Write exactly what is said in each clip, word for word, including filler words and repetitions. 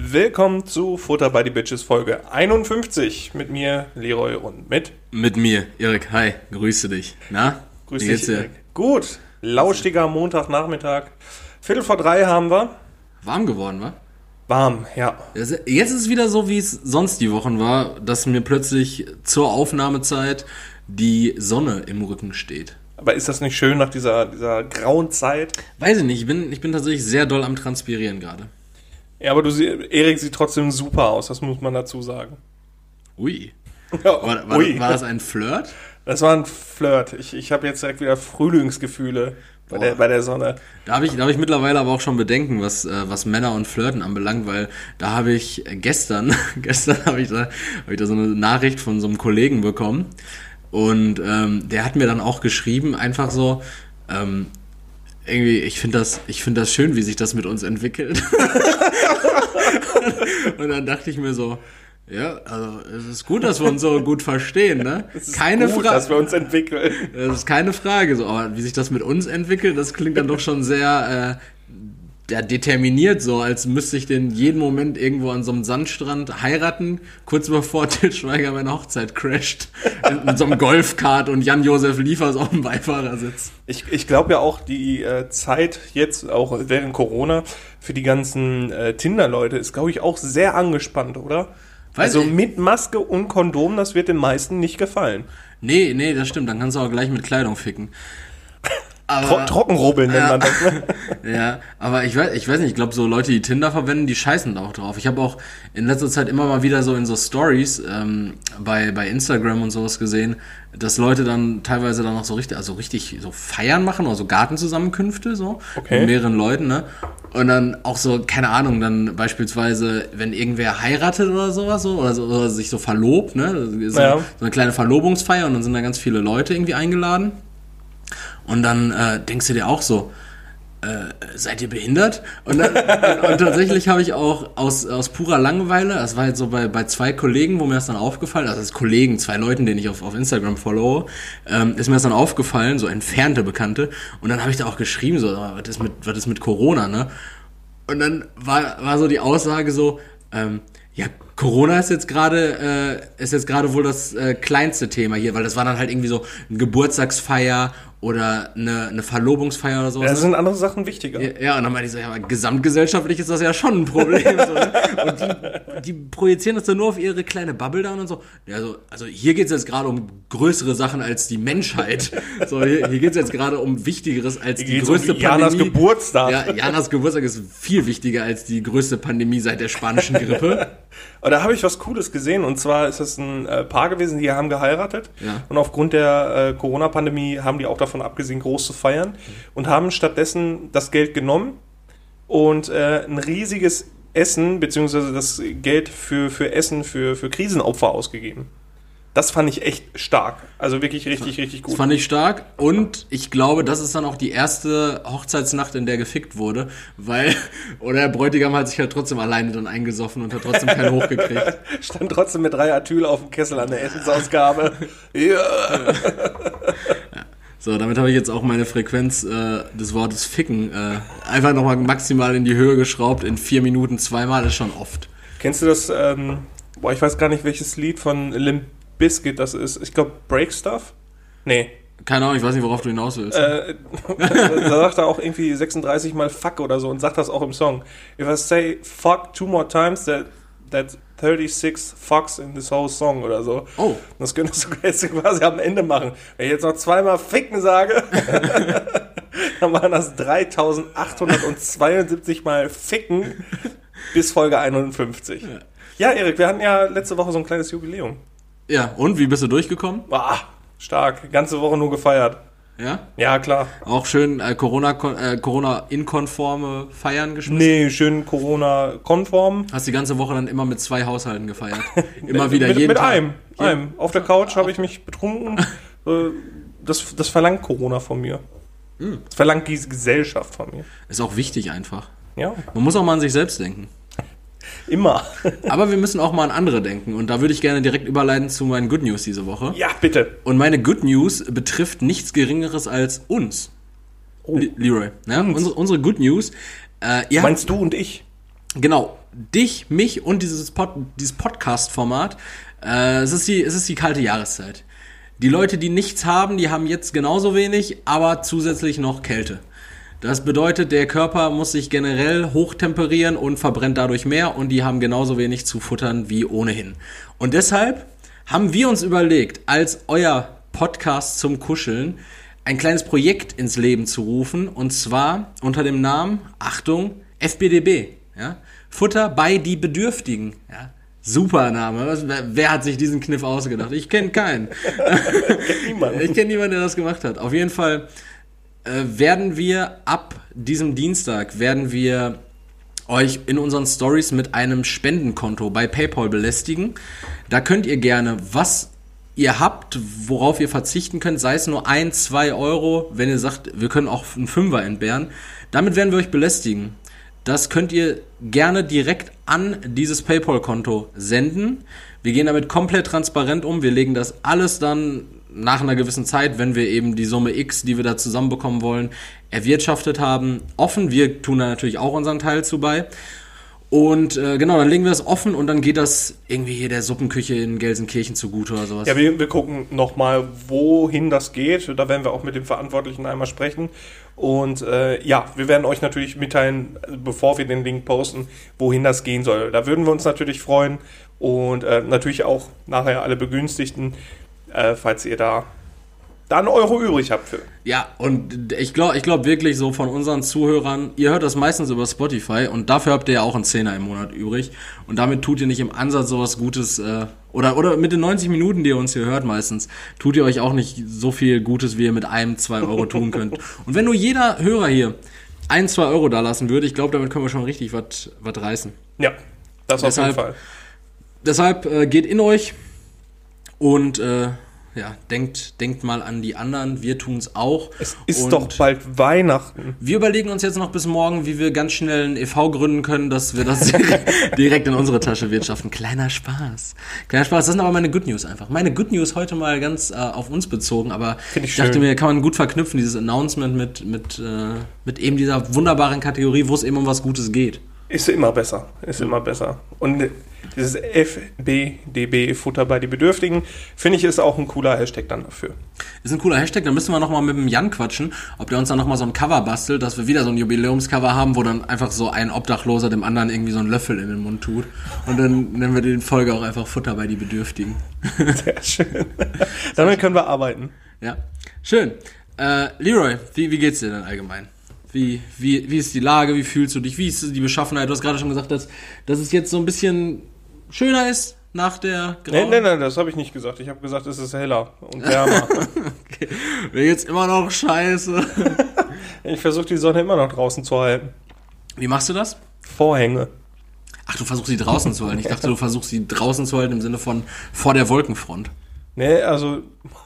Willkommen zu Futter by the Bitches Folge einundfünfzig mit mir, Leroy, und mit... Mit mir, Erik. Hi, grüße dich. Na? Grüß dich, Erik. Gut, lauschiger Montagnachmittag. Viertel vor drei haben wir. Warm geworden, wa? Warm, ja. Jetzt ist es wieder so, wie es sonst die Wochen war, dass mir plötzlich zur Aufnahmezeit die Sonne im Rücken steht. Aber ist das nicht schön nach dieser, dieser grauen Zeit? Weiß ich nicht, ich bin, ich bin tatsächlich sehr doll am Transpirieren gerade. Ja, aber du sie, Erik sieht trotzdem super aus, das muss man dazu sagen. Ui. Ja, war, war, ui. war das ein Flirt? Das war ein Flirt. Ich, ich habe jetzt direkt wieder Frühlingsgefühle bei der, bei der Sonne. Da habe ich, da hab ich mittlerweile aber auch schon Bedenken, was, äh, was Männer und Flirten anbelangt, weil da habe ich gestern, gestern habe ich, da, hab ich da so eine Nachricht von so einem Kollegen bekommen und ähm, der hat mir dann auch geschrieben, einfach so, ähm, irgendwie, ich finde das, ich finde das schön, wie sich das mit uns entwickelt. Und dann dachte ich mir so, ja, also es ist gut, dass wir uns so gut verstehen, ne? Es ist keine gut, Fra- dass wir uns entwickeln. Das ist keine Frage, so, aber wie sich das mit uns entwickelt, das klingt dann doch schon sehr äh, ja, determiniert, so, als müsste ich den jeden Moment irgendwo an so einem Sandstrand heiraten, kurz bevor Til Schweiger meine Hochzeit crasht, in, in so einem Golfkart und Jan-Josef Liefers auf dem Beifahrersitz. Ich, ich glaube ja auch, die äh, Zeit jetzt, auch während Corona, für die ganzen äh, Tinder-Leute ist, glaube ich, auch sehr angespannt, oder? Weiß also ich. mit Maske und Kondom, das wird den meisten nicht gefallen. Nee, nee, das stimmt, dann kannst du auch gleich mit Kleidung ficken. Tro- Trockenrubbeln nennt ja, man das, ne? Ja, aber ich weiß, ich weiß nicht, ich glaube, so Leute, die Tinder verwenden, die scheißen da auch drauf. Ich habe auch in letzter Zeit immer mal wieder so in so Stories ähm, bei, bei Instagram und sowas gesehen, dass Leute dann teilweise dann noch so richtig, also richtig so Feiern machen oder so Gartenzusammenkünfte, so, Okay. mit mehreren Leuten, ne? Und dann auch so, keine Ahnung, dann beispielsweise, wenn irgendwer heiratet oder sowas, so, oder, so, oder sich so verlobt, ne? So, Ja. so eine kleine Verlobungsfeier und dann sind da ganz viele Leute irgendwie eingeladen. Und dann äh, denkst du dir auch so, äh, seid ihr behindert? Und, dann, und, und tatsächlich habe ich auch aus, aus purer Langeweile, das war jetzt so bei, bei zwei Kollegen, wo mir das dann aufgefallen ist, also das Kollegen, zwei Leuten, denen ich auf, auf Instagram followe, ähm, ist mir das dann aufgefallen, so entfernte Bekannte. Und dann habe ich da auch geschrieben, so, was ist mit, was ist mit Corona, ne? Und dann war, war so die Aussage so, ähm, ja, Corona ist jetzt gerade äh, ist jetzt gerade wohl das äh, kleinste Thema hier, weil das war dann halt irgendwie so eine Geburtstagsfeier oder eine, eine Verlobungsfeier oder sowas. Ja, das sind andere Sachen wichtiger. Ja, ja, und dann meinte ich so, ja, aber gesamtgesellschaftlich ist das ja schon ein Problem. So, ne? Und die, die projizieren das dann nur auf ihre kleine Bubble da und so. Ja, also, also hier geht's jetzt gerade um größere Sachen als die Menschheit. So, hier, hier geht's jetzt gerade um Wichtigeres als Hier die geht's größte um Janas Pandemie. Geburtstag. Ja, Janas Geburtstag ist viel wichtiger als die größte Pandemie seit der spanischen Grippe. Und da habe ich was Cooles gesehen, und zwar ist das ein äh, Paar gewesen, die haben geheiratet, Ja. und aufgrund der äh, Corona-Pandemie haben die auch davon abgesehen, groß zu feiern, und haben stattdessen das Geld genommen und äh, ein riesiges Essen, beziehungsweise das Geld für, für Essen für, für Krisenopfer ausgegeben. Das fand ich echt stark. Also wirklich richtig, richtig gut. Das fand ich stark und ich glaube, das ist dann auch die erste Hochzeitsnacht, in der gefickt wurde, weil, oder der Bräutigam hat sich halt trotzdem alleine dann eingesoffen und hat trotzdem keinen hochgekriegt. Stand trotzdem mit drei Atyl auf dem Kessel an der Essensausgabe. Ja. So, damit habe ich jetzt auch meine Frequenz äh, des Wortes ficken äh, einfach nochmal maximal in die Höhe geschraubt. In vier Minuten zweimal ist schon oft. Kennst du das, ähm, boah, ich weiß gar nicht, welches Lied von Limp Bizkit das ist. Ich glaube, Break Stuff? Nee. Keine Ahnung, ich weiß nicht, worauf du hinaus willst. Äh, da sagt er auch irgendwie sechsunddreißig Mal Fuck oder so und sagt das auch im Song. If I say fuck two more times, that, that thirty-six fucks in this whole song oder so. Oh. Das könntest du jetzt quasi am Ende machen. Wenn ich jetzt noch zweimal Ficken sage, dann waren das dreitausendachthundertzweiundsiebzig Mal Ficken bis Folge einundfünfzig. Ja, Erik, wir hatten ja letzte Woche so ein kleines Jubiläum. Ja, und wie bist du durchgekommen? Ah, stark. Ganze Woche nur gefeiert. Ja? Ja, klar. Auch schön äh, Corona, äh, Corona-inkonforme Feiern geschmissen? Nee, schön Corona-konform. Hast die ganze Woche dann immer mit zwei Haushalten gefeiert? Immer wieder mit, jeden mit Tag? einem. einem. Auf der Couch habe ich mich betrunken. Äh, das, das verlangt Corona von mir. Das verlangt die Gesellschaft von mir. Ist auch wichtig einfach. Ja, Man muss auch mal an sich selbst denken. immer. Aber wir müssen auch mal an andere denken. Und da würde ich gerne direkt überleiten zu meinen Good News diese Woche. Ja, bitte. Und meine Good News betrifft nichts Geringeres als uns. Oh. Le- Leroy. Ja, unsere, unsere Good News. Äh, ihr habt, Meinst du und ich? genau, dich, mich und dieses, Pod, dieses Podcast-Format. Äh, es ist die, es ist die kalte Jahreszeit. Die Leute, die nichts haben, die haben jetzt genauso wenig, aber zusätzlich noch Kälte. Das bedeutet, der Körper muss sich generell hochtemperieren und verbrennt dadurch mehr und die haben genauso wenig zu futtern wie ohnehin. Und deshalb haben wir uns überlegt, als euer Podcast zum Kuscheln ein kleines Projekt ins Leben zu rufen und zwar unter dem Namen, Achtung, F B D B, ja? Futter bei die Bedürftigen, ja? Super Name. Was, wer, wer hat sich diesen Kniff ausgedacht? Ich kenne keinen. Ich kenne niemanden, der das gemacht hat. Auf jeden Fall äh, werden wir ab diesem Dienstag, werden wir euch in unseren Stories mit einem Spendenkonto bei PayPal belästigen. Da könnt ihr gerne, was ihr habt, worauf ihr verzichten könnt, sei es nur ein, zwei Euro, wenn ihr sagt, wir können auch einen Fünfer entbehren. Damit werden wir euch belästigen. Das könnt ihr gerne direkt an dieses PayPal-Konto senden. Wir gehen damit komplett transparent um. Wir legen das alles dann nach einer gewissen Zeit, wenn wir eben die Summe X, die wir da zusammenbekommen wollen, erwirtschaftet haben, offen. Wir tun da natürlich auch unseren Teil zu bei. Und äh, genau, dann legen wir das offen und dann geht das irgendwie hier der Suppenküche in Gelsenkirchen zugute oder sowas. Ja, wir, wir gucken nochmal, wohin das geht. Da werden wir auch mit dem Verantwortlichen einmal sprechen. Und äh, ja, wir werden euch natürlich mitteilen, bevor wir den Link posten, wohin das gehen soll. Da würden wir uns natürlich freuen und äh, natürlich auch nachher alle Begünstigten, äh, falls ihr da da einen Euro übrig habt für. Ja, und ich glaube ich glaub wirklich so von unseren Zuhörern, ihr hört das meistens über Spotify und dafür habt ihr ja auch einen Zehner im Monat übrig und damit tut ihr nicht im Ansatz sowas Gutes, äh, oder, oder mit den neunzig Minuten, die ihr uns hier hört meistens, tut ihr euch auch nicht so viel Gutes, wie ihr mit einem, zwei Euro tun könnt. Und wenn nur jeder Hörer hier ein, zwei Euro da lassen würde, ich glaube, damit können wir schon richtig was reißen. Ja, das auf deshalb, jeden Fall. Deshalb äh, geht in euch und äh, ja, denkt, denkt mal an die anderen, wir tun's auch. Es ist und doch bald Weihnachten. Wir überlegen uns jetzt noch bis morgen, wie wir ganz schnell ein E V gründen können, dass wir das direkt in unsere Tasche wirtschaften. Kleiner Spaß. Kleiner Spaß, das sind aber meine Good News einfach. Meine Good News heute mal ganz äh, auf uns bezogen, aber Find ich, ich dachte schön. mir, kann man gut verknüpfen, dieses Announcement mit, mit, äh, mit eben dieser wunderbaren Kategorie, wo es eben um was Gutes geht. Ist immer besser, ist immer besser. Und dieses F B D B, Futter bei die Bedürftigen, finde ich, ist auch ein cooler Hashtag dann dafür. Ist ein cooler Hashtag, dann müssen wir nochmal mit dem Jan quatschen, ob der uns dann nochmal so ein Cover bastelt, dass wir wieder so ein Jubiläumscover haben, wo dann einfach so ein Obdachloser dem anderen irgendwie so einen Löffel in den Mund tut. Und dann nennen wir die Folge auch einfach Futter bei die Bedürftigen. Sehr schön. Damit können wir arbeiten. Ja, schön. Äh, Leroy, wie, wie geht's dir denn allgemein? Wie, wie, wie ist die Lage? Wie fühlst du dich? Wie ist die Beschaffenheit? Du hast gerade schon gesagt, dass, dass es jetzt so ein bisschen schöner ist nach der grauen... Nein, nein, nein, das habe ich nicht gesagt. Ich habe gesagt, es ist heller und wärmer. Okay. Mir geht's immer noch scheiße. Ich versuche die Sonne immer noch draußen zu halten. Wie machst du das? Vorhänge. Ach, du versuchst sie draußen zu halten. Ich dachte, du versuchst sie draußen zu halten im Sinne von vor der Wolkenfront. Nee, also...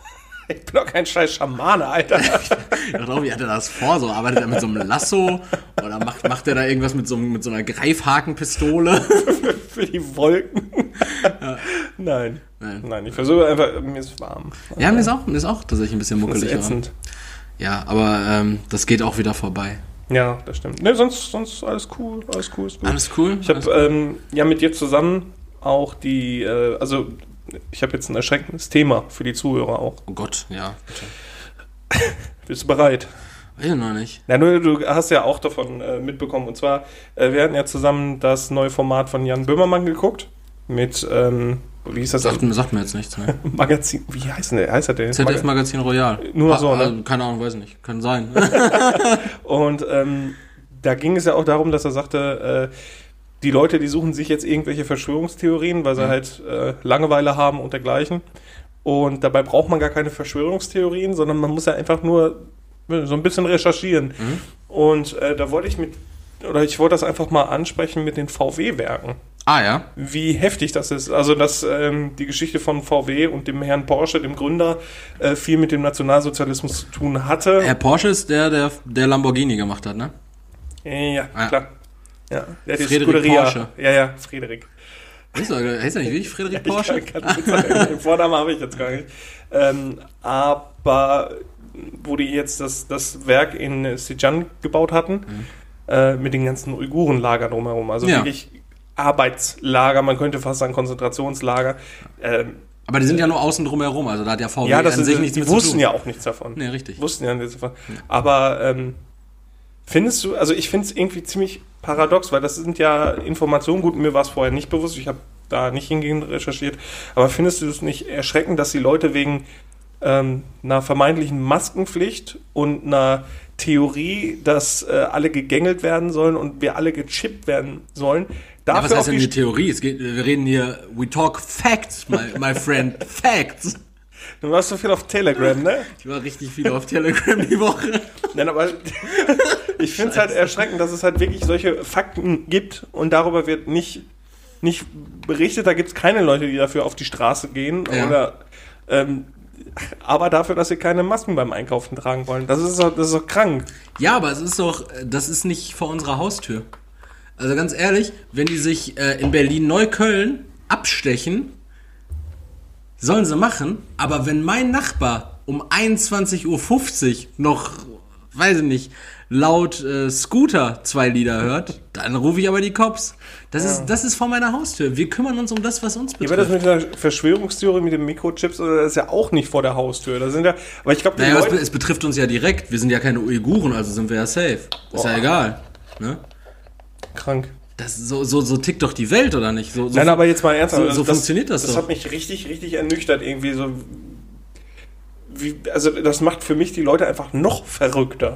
Ich bin doch kein scheiß Schamane, Alter. Ich dachte, wie hat er das vor? So, arbeitet er mit so einem Lasso? Oder macht, macht er da irgendwas mit so, mit so einer Greifhakenpistole? für, für die Wolken? Ja. Nein. Nein. Nein, ich versuche einfach, mir ist warm. Ja, mir ist auch, mir ist auch tatsächlich ein bisschen muckelig. Das ist ätzend. Ja, aber ähm, das geht auch wieder vorbei. Ja, das stimmt. Ne, sonst, sonst alles cool, alles cool, ist gut. Alles cool? Ich habe ähm, ja mit dir zusammen auch die, äh, also ich habe jetzt ein erschreckendes Thema für die Zuhörer auch. Oh Gott, ja. Bitte. Bist du bereit? Weiß ich noch nicht. Ja, du, du hast ja auch davon äh, mitbekommen. Und zwar, äh, wir hatten ja zusammen das neue Format von Jan Böhmermann geguckt. Mit, ähm, wie hieß das? Sagt, sagt mir jetzt nichts. Ne? Magazin, wie heißt der? Heißt der? Z D F Magazin Royal. Nur ah, so, ne? Also, keine Ahnung, weiß nicht. Kann sein. Und ähm, da ging es ja auch darum, dass er sagte, äh, die Leute, die suchen sich jetzt irgendwelche Verschwörungstheorien, weil sie mhm. halt äh, Langeweile haben und dergleichen. Und dabei braucht man gar keine Verschwörungstheorien, sondern man muss ja einfach nur so ein bisschen recherchieren. Mhm. Und äh, da wollte ich mit, oder ich wollte das einfach mal ansprechen mit den V W-Werken. Ah ja. Wie heftig das ist. Also, dass ähm, die Geschichte von V W und dem Herrn Porsche, dem Gründer, äh, viel mit dem Nationalsozialismus zu tun hatte. Herr Porsche ist der, der, der Lamborghini gemacht hat, ne? Ja, ah. klar. Ja, der hat Friedrich Porsche. Ja, ja, Friedrich. Heißt er nicht wirklich Friedrich Porsche? Ich kann, kann sagen, den Vornamen habe ich jetzt gar nicht. Ähm, aber wo die jetzt das, das Werk in Szczyjan gebaut hatten, mhm. äh, mit den ganzen Uigurenlagern drumherum. Also Ja. wirklich Arbeitslager, man könnte fast sagen Konzentrationslager. Ähm, Aber die sind ja nur außen drum herum, also da hat ja V W ja, das an ist, sich nichts die mit zu wussten tun. ja auch nichts davon. Nee, richtig. Wussten ja nichts davon. Aber ähm, findest du, also ich finde es irgendwie ziemlich paradox, weil das sind ja Informationen, gut, mir war es vorher nicht bewusst, ich habe da nicht hingehend recherchiert, aber findest du es nicht erschreckend, dass die Leute wegen ähm, einer vermeintlichen Maskenpflicht und einer Theorie, dass äh, alle gegängelt werden sollen und wir alle gechippt werden sollen, Ja, was dafür heißt auch denn die die Theorie? Es geht, wir reden hier, we talk facts, my, my friend, facts. Du warst so viel auf Telegram, ne? Ich war richtig viel auf Telegram die Woche. Nein, aber ich finde es halt erschreckend, dass es halt wirklich solche Fakten gibt und darüber wird nicht, nicht berichtet. Da gibt es keine Leute, die dafür auf die Straße gehen. Ja. Oder, ähm, aber dafür, dass sie keine Masken beim Einkaufen tragen wollen. Das ist doch, das ist doch krank. Ja, aber es ist doch, das ist nicht vor unserer Haustür. Also ganz ehrlich, wenn die sich äh, in Berlin-Neukölln abstechen, sollen sie machen, aber wenn mein Nachbar um einundzwanzig Uhr fünfzig noch, weiß ich nicht, laut äh, Scooter zwei Lieder hört, dann rufe ich aber die Cops. Das, Ja. ist, das ist vor meiner Haustür. Wir kümmern uns um das, was uns Ja, aber das betrifft. mit der Verschwörungstheorie mit den Mikrochips, oder das ist ja auch nicht vor der Haustür. Da sind ja, aber ich glaube, die Naja, aber es, Leute, es betrifft uns ja direkt. Wir sind ja keine Uiguren, also sind wir ja safe. Ist ja Boah. egal. Ne? krank. Das, so, so, so tickt doch die Welt, oder nicht? So, so Nein, aber jetzt mal ernsthaft. so- also so funktioniert das Das doch. hat mich richtig, richtig ernüchtert irgendwie so. Wie, also das macht für mich die Leute einfach noch verrückter,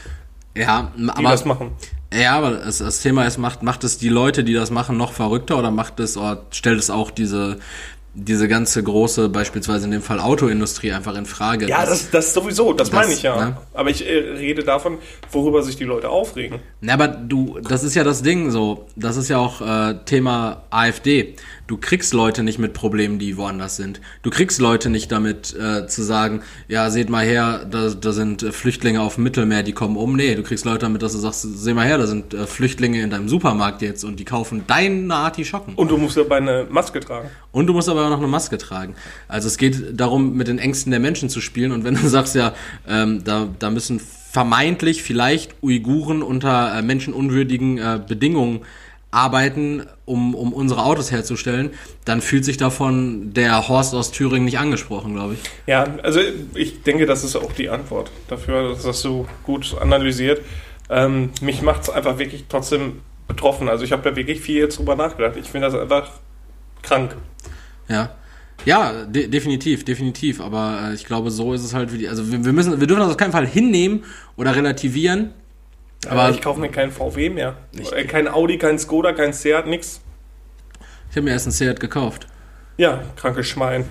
ja, die aber, das machen. ja, aber das, das Thema ist, macht, macht es die Leute, die das machen, noch verrückter oder macht es, oder stellt es auch diese, diese ganze große, beispielsweise in dem Fall Autoindustrie einfach in Frage? Ja, das, das sowieso, das, das, meine ich ja. ne? Aber ich äh, rede davon, worüber sich die Leute aufregen. Na, aber du, das ist ja das Ding so, das ist ja auch äh, Thema AfD. Du kriegst Leute nicht mit Problemen, die woanders sind. Du kriegst Leute nicht damit äh, zu sagen, ja, seht mal her, da, da sind äh, Flüchtlinge auf dem Mittelmeer, die kommen um. Nee, du kriegst Leute damit, dass du sagst, seh mal her, da sind äh, Flüchtlinge in deinem Supermarkt jetzt und die kaufen deine Artischocken. Und du musst dabei eine Maske tragen. Und du musst aber auch noch eine Maske tragen. Also es geht darum, mit den Ängsten der Menschen zu spielen. Und wenn du sagst, ja, ähm, da, da müssen vermeintlich vielleicht Uiguren unter äh, menschenunwürdigen äh, Bedingungen arbeiten, um, um unsere Autos herzustellen, dann fühlt sich davon der Horst aus Thüringen nicht angesprochen, glaube ich. Ja, also ich denke, das ist auch die Antwort dafür, dass das so gut analysiert. Ähm, mich macht es einfach wirklich trotzdem betroffen. Also ich habe da wirklich viel jetzt drüber nachgedacht. Ich finde das einfach krank. Ja. Ja, de- definitiv, definitiv. Aber äh, ich glaube, so ist es halt wie die, also wir, wir müssen, wir dürfen das auf keinen Fall hinnehmen oder relativieren. Aber Aber ich kaufe mir keinen V W mehr. Nicht. Äh, Kein Audi, kein Skoda, kein Seat, nix. ich habe mir erst einen Seat gekauft. Ja, krankes Schwein.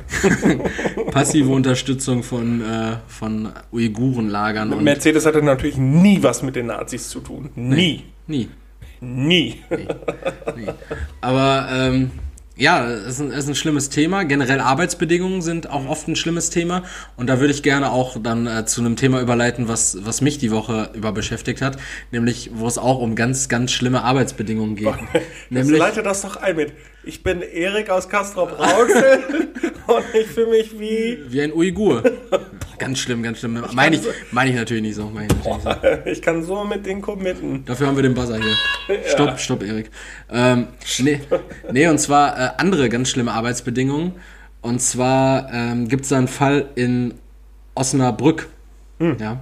Passive Unterstützung von, äh, von Uigurenlagern und Mercedes hatte natürlich nie was mit den Nazis zu tun. Nie. nie. Nie. nie. Aber ähm, ja, es ist, ein, es ist ein schlimmes Thema. Generell Arbeitsbedingungen sind auch oft ein schlimmes Thema. Und da würde ich gerne auch dann äh, zu einem Thema überleiten, was, was mich die Woche über beschäftigt hat. Nämlich, wo es auch um ganz, ganz schlimme Arbeitsbedingungen geht. Jetzt Nämlich, leite das doch ein mit. Ich bin Erik aus Castrop-Rauxel und ich fühle mich wie... wie ein Uigur. Ganz schlimm, ganz schlimm. Meine ich, meine ich natürlich nicht so. Meine ich natürlich nicht so. Ich kann so mit den committen. Dafür haben wir den Buzzer hier. Stopp, stopp, Erik. Ähm, nee, nee, und zwar äh, andere ganz schlimme Arbeitsbedingungen. Und zwar ähm, gibt es da einen Fall in Osnabrück. Hm. Ja.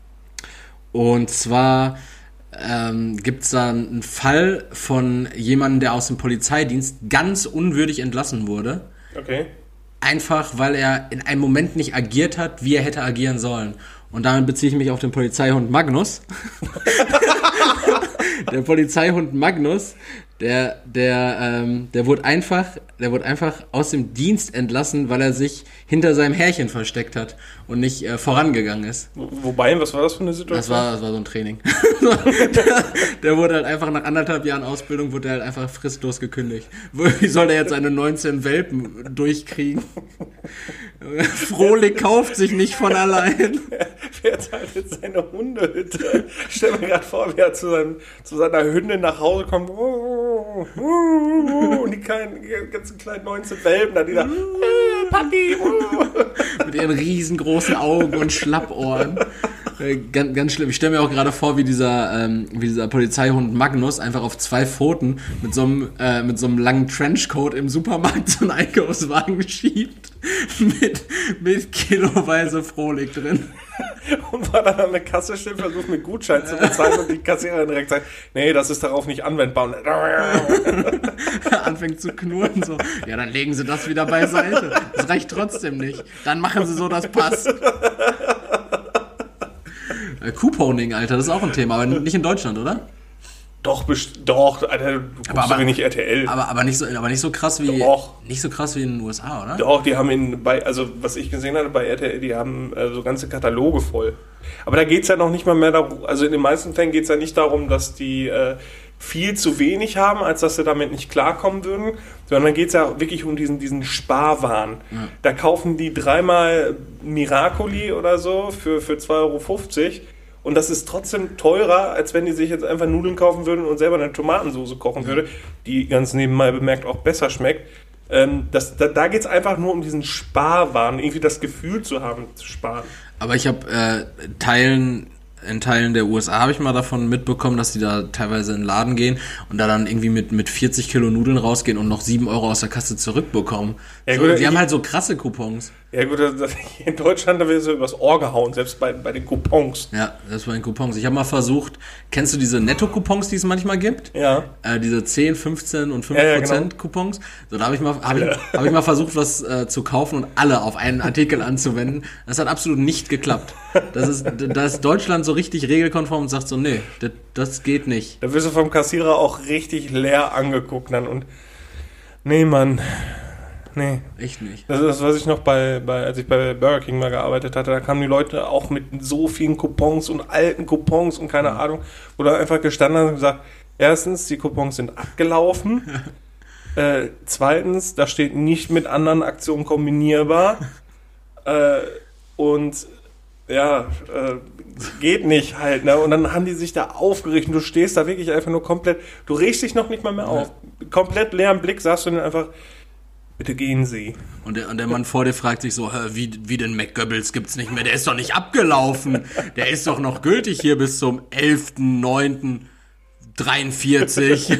Und zwar ähm, gibt es da einen Fall von jemandem, der aus dem Polizeidienst ganz unwürdig entlassen wurde. Okay. Einfach, weil er in einem Moment nicht agiert hat, wie er hätte agieren sollen. Und damit beziehe ich mich auf den Polizeihund Magnus. Der Polizeihund Magnus, der, der, ähm, der wurde einfach, der wurde einfach aus dem Dienst entlassen, weil er sich hinter seinem Härchen versteckt hat und nicht äh, vorangegangen ist. Wo- Wobei, was war das für eine Das Situation? war, das war so ein Training. der, der wurde halt einfach nach anderthalb Jahren Ausbildung, wurde er halt einfach fristlos gekündigt. Wie soll der jetzt seine neunzehn Welpen durchkriegen? Frohlich kauft sich nicht von allein. Wer zahlt jetzt seine Hundehütte? Stell mir gerade vor, wie er zu, seinem, zu seiner Hündin nach Hause kommt. Und die, kleinen, die ganzen kleinen neunzehn Welpen, dann die da. Papi! Mit ihren riesengroßen Augen und Schlappohren. Äh, ganz, ganz schlimm. Ich stelle mir auch gerade vor, wie dieser, ähm, wie dieser Polizeihund Magnus einfach auf zwei Pfoten mit so einem, äh, mit so einem langen Trenchcoat im Supermarkt so einen Einkaufswagen schiebt. mit, mit kiloweise Frohlig drin. Und war dann an der Kasse stehen, versucht mit Gutschein zu bezahlen und die Kassiererin direkt sagt, nee, das ist darauf nicht anwendbar. Und anfängt zu knurren so. Ja, dann legen Sie das wieder beiseite. Das reicht trotzdem nicht. Dann machen Sie so, das passt. Äh, Couponing, Alter, das ist auch ein Thema, aber nicht in Deutschland, oder? Doch, best- doch, Alter, du guckst aber, so wenig R T L. Aber, aber, nicht so, aber nicht so krass wie Doch. nicht so krass wie in den U S A, oder? Doch, die haben in, bei, also was ich gesehen hatte bei R T L, die haben äh, so ganze Kataloge voll. Aber da geht es ja noch nicht mal mehr darum, also in den meisten Fällen geht es ja nicht darum, dass die äh, viel zu wenig haben, als dass sie damit nicht klarkommen würden, sondern dann geht es ja wirklich um diesen, diesen Sparwahn. Ja. Da kaufen die dreimal Miracoli oder so für, für zwei Euro fünfzig. Und das ist trotzdem teurer, als wenn die sich jetzt einfach Nudeln kaufen würden und selber eine Tomatensauce kochen würde, die ganz nebenbei bemerkt auch besser schmeckt. Ähm, das, da da geht es einfach nur um diesen Sparwahn, irgendwie das Gefühl zu haben, zu sparen. Aber ich habe äh, Teilen... In Teilen der U S A habe ich mal davon mitbekommen, dass die da teilweise in den Laden gehen und da dann irgendwie mit, mit vierzig Kilo Nudeln rausgehen und noch sieben Euro aus der Kasse zurückbekommen. Ja, so, gut, die ich, haben halt so krasse Coupons. Ja gut, das, in Deutschland, da wird so übers Ohr gehauen, selbst bei, bei den Coupons. Ja, das bei den Coupons. Ich habe mal versucht, kennst du diese Netto-Coupons, die es manchmal gibt? Ja. Äh, diese zehn, fünfzehn und fünf Prozent ja, ja, genau. Coupons. So, da habe ich, mal, hab ich, hab ich mal versucht, was äh, zu kaufen und alle auf einen Artikel anzuwenden. Das hat absolut nicht geklappt. Das ist, da ist Deutschland so richtig regelkonform und sagt so, nee, das, das geht nicht. Da wirst du vom Kassierer auch richtig leer angeguckt dann und nee, Mann, nee. Echt nicht. Das ist das, was ich noch bei, bei, als ich bei Burger King mal gearbeitet hatte, da kamen die Leute auch mit so vielen Coupons und alten Coupons und keine Ahnung, wo da einfach gestanden haben und gesagt, erstens, die Coupons sind abgelaufen, äh, zweitens, da steht nicht mit anderen Aktionen kombinierbar äh, und ja, äh, geht nicht halt, ne? Und dann haben die sich da aufgeregt und du stehst da wirklich einfach nur komplett, du regst dich noch nicht mal mehr auf. Ja. Komplett leeren Blick sagst du dann einfach, bitte gehen Sie. Und der, und der Mann vor dir fragt sich so, wie, wie den McGoebbels gibt's nicht mehr, der ist doch nicht abgelaufen, der ist doch noch gültig hier bis zum elften neunten dreiundvierzig.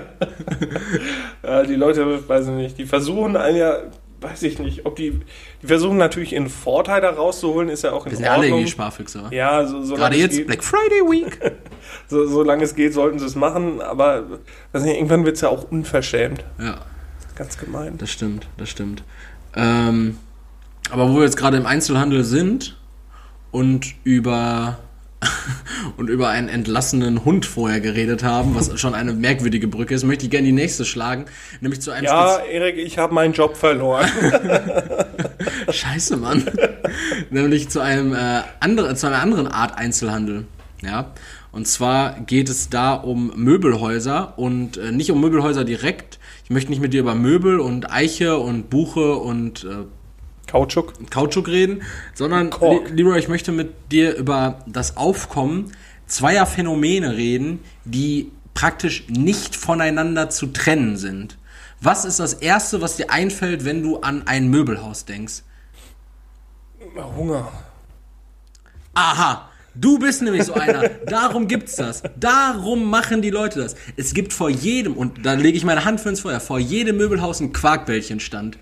Ja, die Leute, weiß ich nicht, die versuchen einen ja, weiß ich nicht, ob die, die versuchen natürlich ihren Vorteil da rauszuholen, ist ja auch in Ordnung. Wir sind Ordnung. alle irgendwie Sparfüchse. Ja, so, so gerade jetzt geht, Black Friday Week. so, solange es geht, sollten sie es machen, aber weiß nicht, irgendwann wird es ja auch unverschämt. Ja. Ganz gemein. Das stimmt, das stimmt. Ähm, aber wo wir jetzt gerade im Einzelhandel sind und über und über einen entlassenen Hund vorher geredet haben, was schon eine merkwürdige Brücke ist, möchte ich gerne die nächste schlagen, nämlich zu einem Ja, Spez- Erik, ich habe meinen Job verloren. Scheiße, Mann. Nämlich zu einem äh, andere, zu einer anderen Art Einzelhandel. Ja. Und zwar geht es da um Möbelhäuser und äh, nicht um Möbelhäuser direkt. Ich möchte nicht mit dir über Möbel und Eiche und Buche und äh, Kautschuk. Kautschuk reden, sondern, li- Leroy, ich möchte mit dir über das Aufkommen zweier Phänomene reden, die praktisch nicht voneinander zu trennen sind. Was ist das Erste, was dir einfällt, wenn du an ein Möbelhaus denkst? Hunger. Aha, du bist nämlich so einer. Darum gibt's das. Darum machen die Leute das. Es gibt vor jedem, und da lege ich meine Hand für ins Feuer, vor jedem Möbelhaus einen Quarkbällchenstand.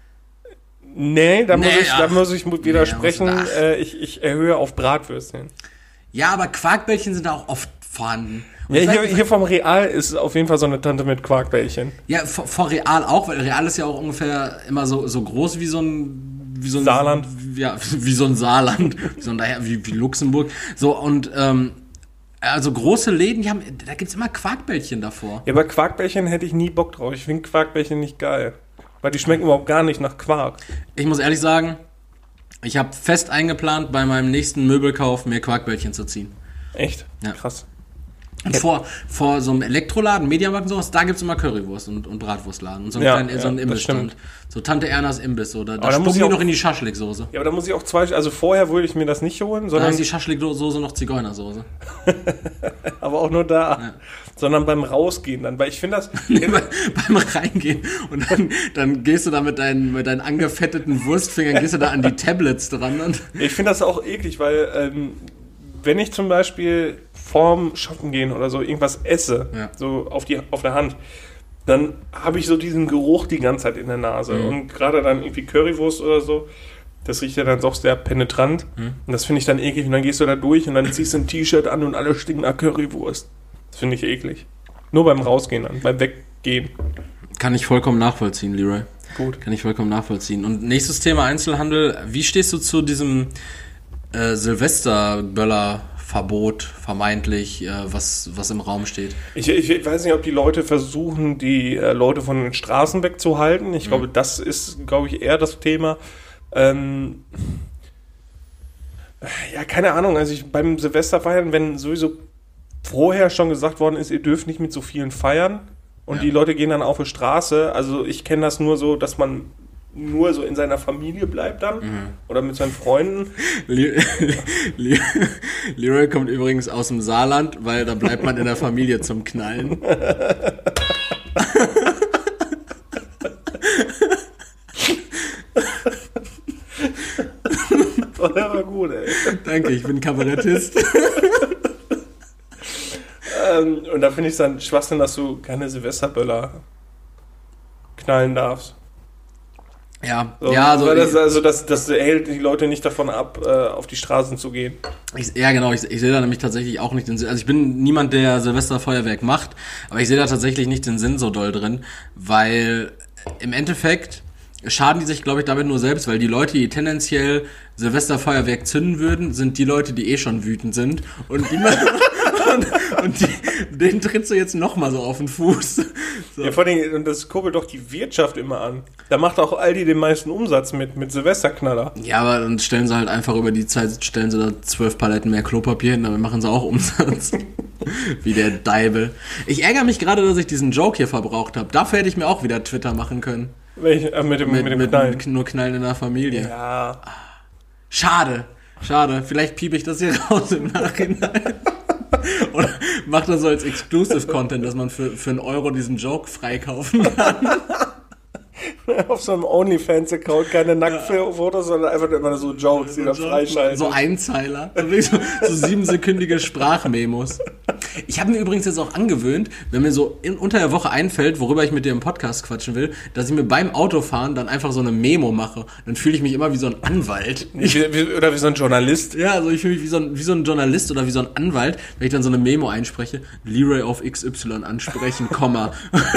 Nee, da, nee, muss, ich, da muss ich widersprechen. Nee, äh, ich, ich erhöhe auf Bratwürstchen. Ja, aber Quarkbällchen sind da auch oft vorhanden. Ja, hier, hier vom Real ist auf jeden Fall so eine Tante mit Quarkbällchen. Ja, vor, vor Real auch, weil Real ist ja auch ungefähr immer so, so groß wie so ein... Wie so ein Saarland. Ja, wie so ein Saarland. so ein, wie, wie Luxemburg. So, und... Ähm, also große Läden, die haben, da gibt's immer Quarkbällchen davor. Ja, aber Quarkbällchen hätte ich nie Bock drauf. Ich finde Quarkbällchen nicht geil. Weil die schmecken überhaupt gar nicht nach Quark. Ich muss ehrlich sagen, ich habe fest eingeplant, bei meinem nächsten Möbelkauf mir Quarkbällchen zu ziehen. Echt? Ja. Krass. Und vor, vor so einem Elektroladen, Mediamarkt und sowas, da gibt's immer Currywurst und, und Bratwurstladen und so einen ja, kleinen, ja, so einen Imbissstand. So Tante Ernas Imbiss, so, da, da spucken die noch in die Schaschliksoße. Ja, aber da muss ich auch zwei, also vorher würde ich mir das nicht holen, sondern... Da ist die Schaschliksoße noch Zigeunersoße. Aber auch nur da. Ja. Sondern beim Rausgehen dann, weil ich finde das... Nee, bei, beim Reingehen und dann, dann gehst du da mit deinen, mit deinen angefetteten Wurstfingern, gehst du da an die Tablets dran. Und ich finde das auch eklig, weil... Ähm, wenn ich zum Beispiel vorm Shoppen gehen oder so irgendwas esse, Ja. so auf, die, auf der Hand, dann habe ich so diesen Geruch die ganze Zeit in der Nase. Mhm. Und gerade dann irgendwie Currywurst oder so, das riecht ja dann doch sehr penetrant. Mhm. Und das finde ich dann eklig. Und dann gehst du da durch und dann ziehst du ein T-Shirt an und alle stinken nach Currywurst. Das finde ich eklig. Nur beim Rausgehen dann, beim Weggehen. Kann ich vollkommen nachvollziehen, Leroy. Gut. Kann ich vollkommen nachvollziehen. Und nächstes Thema Einzelhandel. Wie stehst du zu diesem äh, Silvester-Böller-Verbot, vermeintlich, äh, was, was im Raum steht? Ich, ich weiß nicht, ob die Leute versuchen, die äh, Leute von den Straßen wegzuhalten. Ich mhm. glaube, das ist, glaube ich, eher das Thema. Ähm, ja, keine Ahnung. Also ich, beim Silvesterfeiern, wenn sowieso vorher schon gesagt worden ist, ihr dürft nicht mit so vielen feiern und ja. die Leute gehen dann auf die Straße. Also ich kenne das nur so, dass man nur so in seiner Familie bleibt dann mhm. oder mit seinen Freunden. Le- Le- Leroy kommt übrigens aus dem Saarland, weil da bleibt man in der Familie zum Knallen. Oh, der war gut, ey. Danke, ich bin Kabarettist. ähm, und da finde ich es dann Schwachsinn, dass du keine Silvesterböller knallen darfst. Ja, so, ja, also, das, also das, das hält die Leute nicht davon ab, äh, auf die Straßen zu gehen. Ich, ja, genau, ich, ich sehe da nämlich tatsächlich auch nicht den Sinn. Also ich bin niemand, der Silvesterfeuerwerk macht, aber ich sehe da tatsächlich nicht den Sinn so doll drin, weil im Endeffekt schaden die sich, glaube ich, damit nur selbst, weil die Leute, die tendenziell Silvesterfeuerwerk zünden würden, sind die Leute, die eh schon wütend sind. Und, die und, und die, denen trittst du jetzt nochmal so auf den Fuß. So. Ja, vor allem, und das kurbelt doch die Wirtschaft immer an. Da macht auch Aldi den meisten Umsatz mit, mit Silvesterknaller. Ja, aber dann stellen sie halt einfach über die Zeit, stellen sie da zwölf Paletten mehr Klopapier hin, damit machen sie auch Umsatz. Wie der Deibel. Ich ärgere mich gerade, dass ich diesen Joke hier verbraucht habe. Dafür hätte ich mir auch wieder Twitter machen können. Welch, äh, mit dem, mit, mit dem mit Knallen. Nur Knallen in der Familie. Ja. Schade. Schade. Vielleicht piep ich das hier raus im Nachhinein. Oder mach das so als Exclusive-Content, dass man für, für einen Euro diesen Joke freikaufen kann. Auf so einem OnlyFans-Account keine Nacktfotos, sondern einfach immer so Jokes, die da freischalten. So Einzeiler. So, so siebensekündige Sprachmemos. Ich habe mir übrigens jetzt auch angewöhnt, wenn mir so in, unter der Woche einfällt, worüber ich mit dir im Podcast quatschen will, dass ich mir beim Autofahren dann einfach so eine Memo mache. Dann fühle ich mich immer wie so ein Anwalt. Wie, wie, oder wie so ein Journalist. Ja, also ich fühle mich wie so, ein, wie so ein Journalist oder wie so ein Anwalt, wenn ich dann so eine Memo einspreche. Leroy auf X Y ansprechen, Komma.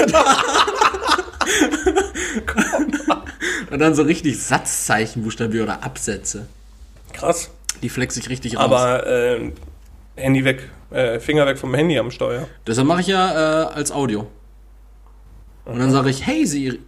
Und dann so richtig Satzzeichen buchstabiere oder Absätze. Krass. Die flex ich richtig raus. Aber äh, Handy weg, äh, Finger weg vom Handy am Steuer. Deshalb mache ich ja äh, als Audio. Und dann sage ich, hey Siri.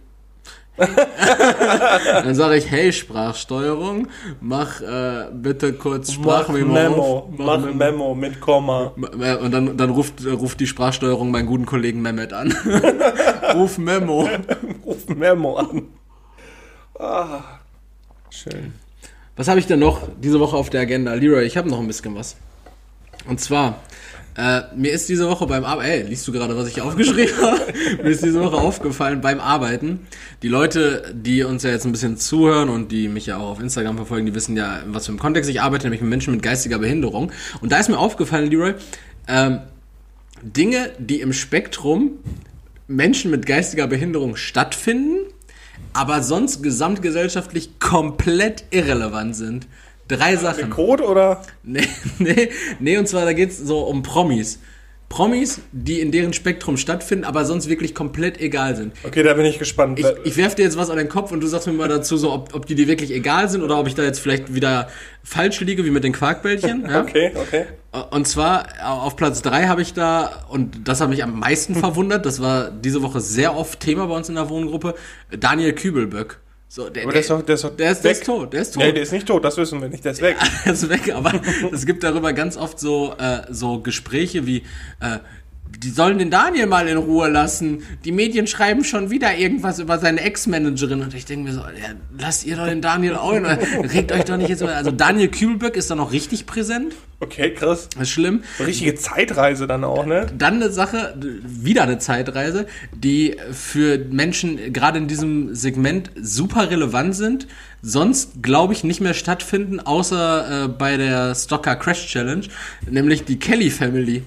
Dann sage ich, hey Sprachsteuerung, mach äh, bitte kurz Sprachmemo. Mach Memo, auf. mach, mach Memo. Memo mit Komma. Und dann, dann ruft, ruft die Sprachsteuerung meinen guten Kollegen Mehmet an. Ruf Memo. Ruf Memo an. Ah, schön. Was habe ich denn noch diese Woche auf der Agenda? Leroy, ich habe noch ein bisschen was. Und zwar, äh, mir ist diese Woche beim Arbeiten, ey, liest du gerade, was ich aufgeschrieben habe? Mir ist diese Woche aufgefallen beim Arbeiten. Die Leute, die uns ja jetzt ein bisschen zuhören und die mich ja auch auf Instagram verfolgen, die wissen ja, was für einem Kontext ich arbeite, nämlich mit Menschen mit geistiger Behinderung. Und da ist mir aufgefallen, Leroy, ähm, Dinge, die im Spektrum Menschen mit geistiger Behinderung stattfinden, aber sonst gesamtgesellschaftlich komplett irrelevant sind. Drei Sachen. Code oder? Nee, nee, nee, und zwar da geht's so um Promis. Promis, die in deren Spektrum stattfinden, aber sonst wirklich komplett egal sind. Okay, da bin ich gespannt. Ich, ich werf dir jetzt was an den Kopf und du sagst mir mal dazu, so, ob, ob die dir wirklich egal sind oder ob ich da jetzt vielleicht wieder falsch liege, wie mit den Quarkbällchen. Ja? Okay, okay. Und zwar auf Platz drei habe ich da, und das hat mich am meisten verwundert, das war diese Woche sehr oft Thema bei uns in der Wohngruppe, Daniel Kübelböck. So, der, aber der, der, ist doch, der, ist doch der, ist, der ist tot, der ist tot. Nee, der ist nicht tot, das wissen wir nicht, der ist weg. Der ist weg, aber es gibt darüber ganz oft so, äh, so Gespräche wie, äh, die sollen den Daniel mal in Ruhe lassen. Die Medien schreiben schon wieder irgendwas über seine Ex-Managerin. Und ich denke mir so, ja, lasst ihr doch den Daniel auch in, regt euch doch nicht jetzt mal. Also Daniel Kübelböck ist da noch richtig präsent. Okay, krass. Das ist schlimm. Eine richtige Zeitreise dann auch, ne? Dann eine Sache, wieder eine Zeitreise, die für Menschen gerade in diesem Segment super relevant sind, sonst, glaube ich, nicht mehr stattfinden, außer äh, bei der Stocker Crash Challenge, nämlich die Kelly Family.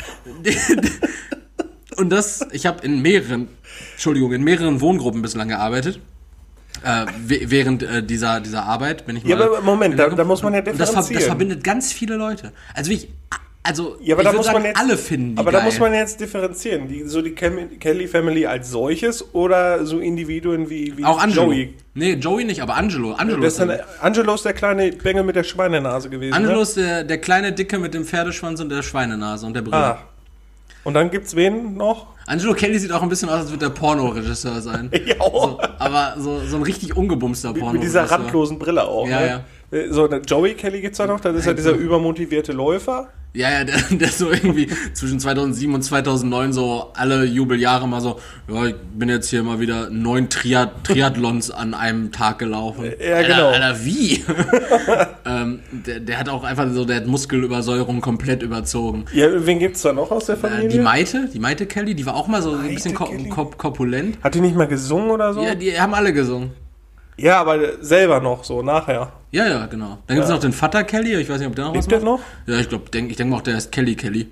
Und das, ich habe in mehreren, Entschuldigung, in mehreren Wohngruppen bislang gearbeitet. Äh, während äh, dieser, dieser Arbeit bin ich mal... Ja, aber Moment, da, da muss man ja differenzieren. Das, das verbindet ganz viele Leute. Also wie ich... Also, ja, aber ich da würde muss sagen, man jetzt, alle finden die Aber geil. da muss man jetzt differenzieren. Die, so die Cam- Kelly Family als solches oder so Individuen wie, wie Auch Angelo. Joey? Nee, Joey nicht, aber Angelo. Angelo Das ist, ist dann, Angelo ist der kleine Bengel mit der Schweinenase gewesen. Angelo ne? ist der, der kleine Dicke mit dem Pferdeschwanz und der Schweinenase und der Brille. Ah. Und dann gibt's wen noch? Angelo Kelly sieht auch ein bisschen aus, als würde der Pornoregisseur sein. Ja. So, aber so, so ein richtig ungebumster Pornoregisseur. Mit dieser randlosen Brille auch. Ja, ne? ja. So, der Joey Kelly gibt's da noch, das ist ja dieser übermotivierte Läufer. Ja, ja, der, der so irgendwie zwischen zweitausendsieben und zweitausendneun so alle Jubeljahre mal so, ja, ich bin jetzt hier mal wieder neun Triath- Triathlons an einem Tag gelaufen. Ja, Alter, genau. Alter, wie? ähm, der, der hat auch einfach so, der hat Muskelübersäuerung komplett überzogen. Ja, wen gibt's da noch aus der Äh, Familie? die Maite, die Maite Kelly, die war auch mal so ein Maite bisschen ko- Kelly? ko- korpulent. Hat die nicht mal gesungen oder so? Ja, die haben alle gesungen. Ja, aber selber noch so, nachher. Ja, ja, genau. Dann gibt's Ja. noch den Vater Kelly, ich weiß nicht, ob der noch was Lebt der macht. noch? Ja, ich glaube, denk, ich denke auch, der ist Kelly Kelly.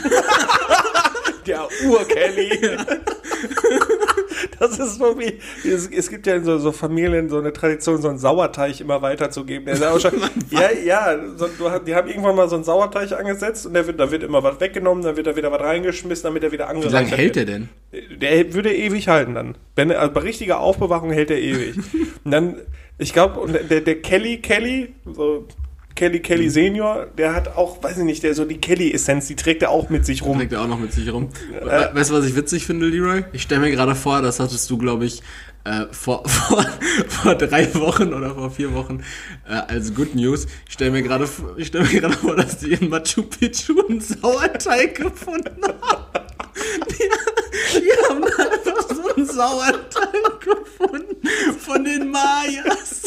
Der Ur-Kelly. Das ist so wie, es, es gibt ja in so, so Familien so eine Tradition, so einen Sauerteig immer weiterzugeben. Der ist auch schon, ja, ja, so, du, die haben irgendwann mal so einen Sauerteig angesetzt und der wird, da wird immer was weggenommen, dann wird da wieder was reingeschmissen, damit er wieder Wie angereichert lange hält wird. der denn? Der würde ewig halten dann. Wenn er, also bei richtiger Aufbewahrung hält er ewig. Und dann, ich glaube, und der, der Kelly Kelly, so Kelly Kelly Senior, der hat auch, weiß ich nicht, der so die Kelly-Essenz, die trägt er auch mit sich rum. Trägt er auch noch mit sich rum. We- Weißt du, was ich witzig finde, Leroy? Ich stelle mir gerade vor, das hattest du, glaube ich, äh, vor, vor, vor drei Wochen oder vor vier Wochen äh, als Good News. Ich stelle mir gerade ich stell mir gerade vor, dass die in Machu Picchu einen Sauerteig gefunden haben. Die, die haben einfach so einen Sauerteig gefunden von den Mayas.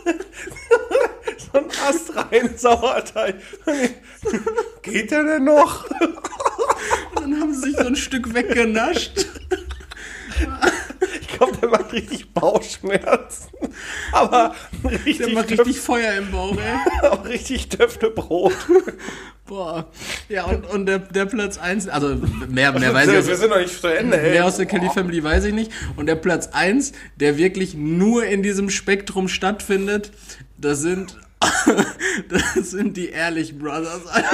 So ein astrein Sauerteig. Geht der denn noch? Und dann haben sie sich so ein Stück weggenascht. Ich glaube, der macht richtig Bauchschmerzen. Aber richtig, Der macht Döf- richtig Feuer im Bauch, ey. aber richtig Döftebrot. Boah. Ja, und, und der, der Platz eins, also mehr, mehr weiß ich Wir aus, sind noch nicht zu Ende, ey. mehr aus der Kelly Family weiß ich nicht. Und der Platz eins, der wirklich nur in diesem Spektrum stattfindet, das sind, das sind die Ehrlich Brothers, Alter.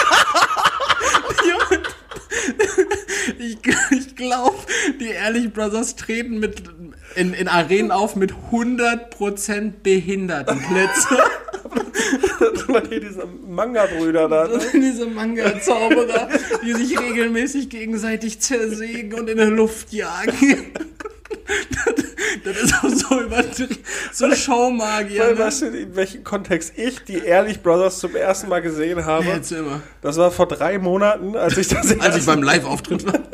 Ich, ich glaube, die Ehrlich Brothers treten mit in, in Arenen auf mit hundert Prozent Behindertenplätze. Das sind doch hier diese Manga-Brüder da. Das Ne? sind diese Manga-Zauberer, die sich regelmäßig gegenseitig zersägen und in der Luft jagen. Das, das ist auch so übertrieben. So Showmagier. Weil, Ne? weißt du, in welchem Kontext ich die Ehrlich Brothers zum ersten Mal gesehen habe? Ja, erzähl mal. Das war vor drei Monaten, als ich das Als ich beim Live-Auftritt war.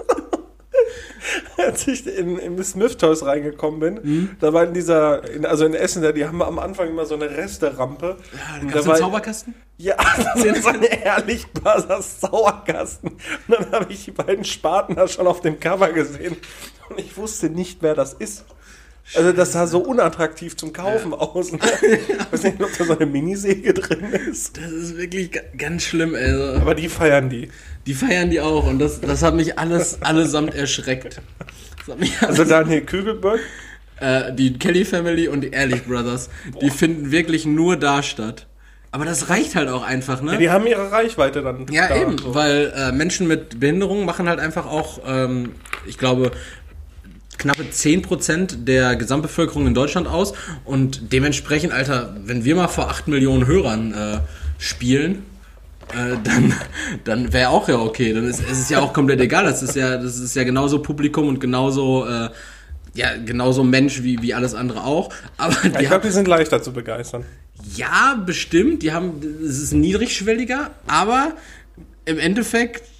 als ich in, in Smith Toys reingekommen bin, mhm. da war in dieser, in, also in Essen, da, die haben am Anfang immer so eine Resterampe. Ja, Und da da gab's einen Zauberkasten? Ja, das ist so ein Ehrlich Brothers Sauerkasten. Und dann habe ich die beiden Spaten da schon auf dem Cover gesehen und ich wusste nicht, wer das ist. Also das sah so unattraktiv zum Kaufen ja. aus. Ne? Ich weiß nicht, ob da so eine Minisäge drin ist. Das ist wirklich ga- ganz schlimm, ey. Aber die feiern die. Die feiern die auch und das, das hat mich alles allesamt erschreckt. Das hat mich Also Daniel Kübelböck. Äh, die Kelly Family und die Ehrlich Brothers, Boah. die finden wirklich nur da statt. Aber das reicht halt auch einfach, ne? Ja, die haben ihre Reichweite dann. Ja, da, eben, so. weil äh, Menschen mit Behinderung machen halt einfach auch, ähm, ich glaube, knappe zehn Prozent der Gesamtbevölkerung in Deutschland aus. Und dementsprechend, Alter, wenn wir mal vor acht Millionen Hörern äh, spielen, äh, dann, dann wäre auch ja okay. Dann ist es ist ja auch komplett egal. Das ist ja, das ist ja genauso Publikum und genauso, äh, ja, genauso Mensch wie, wie alles andere auch. Aber ja, die ich glaube, die sind leichter zu begeistern. Ja, bestimmt. Die haben, es ist niedrigschwelliger, aber im Endeffekt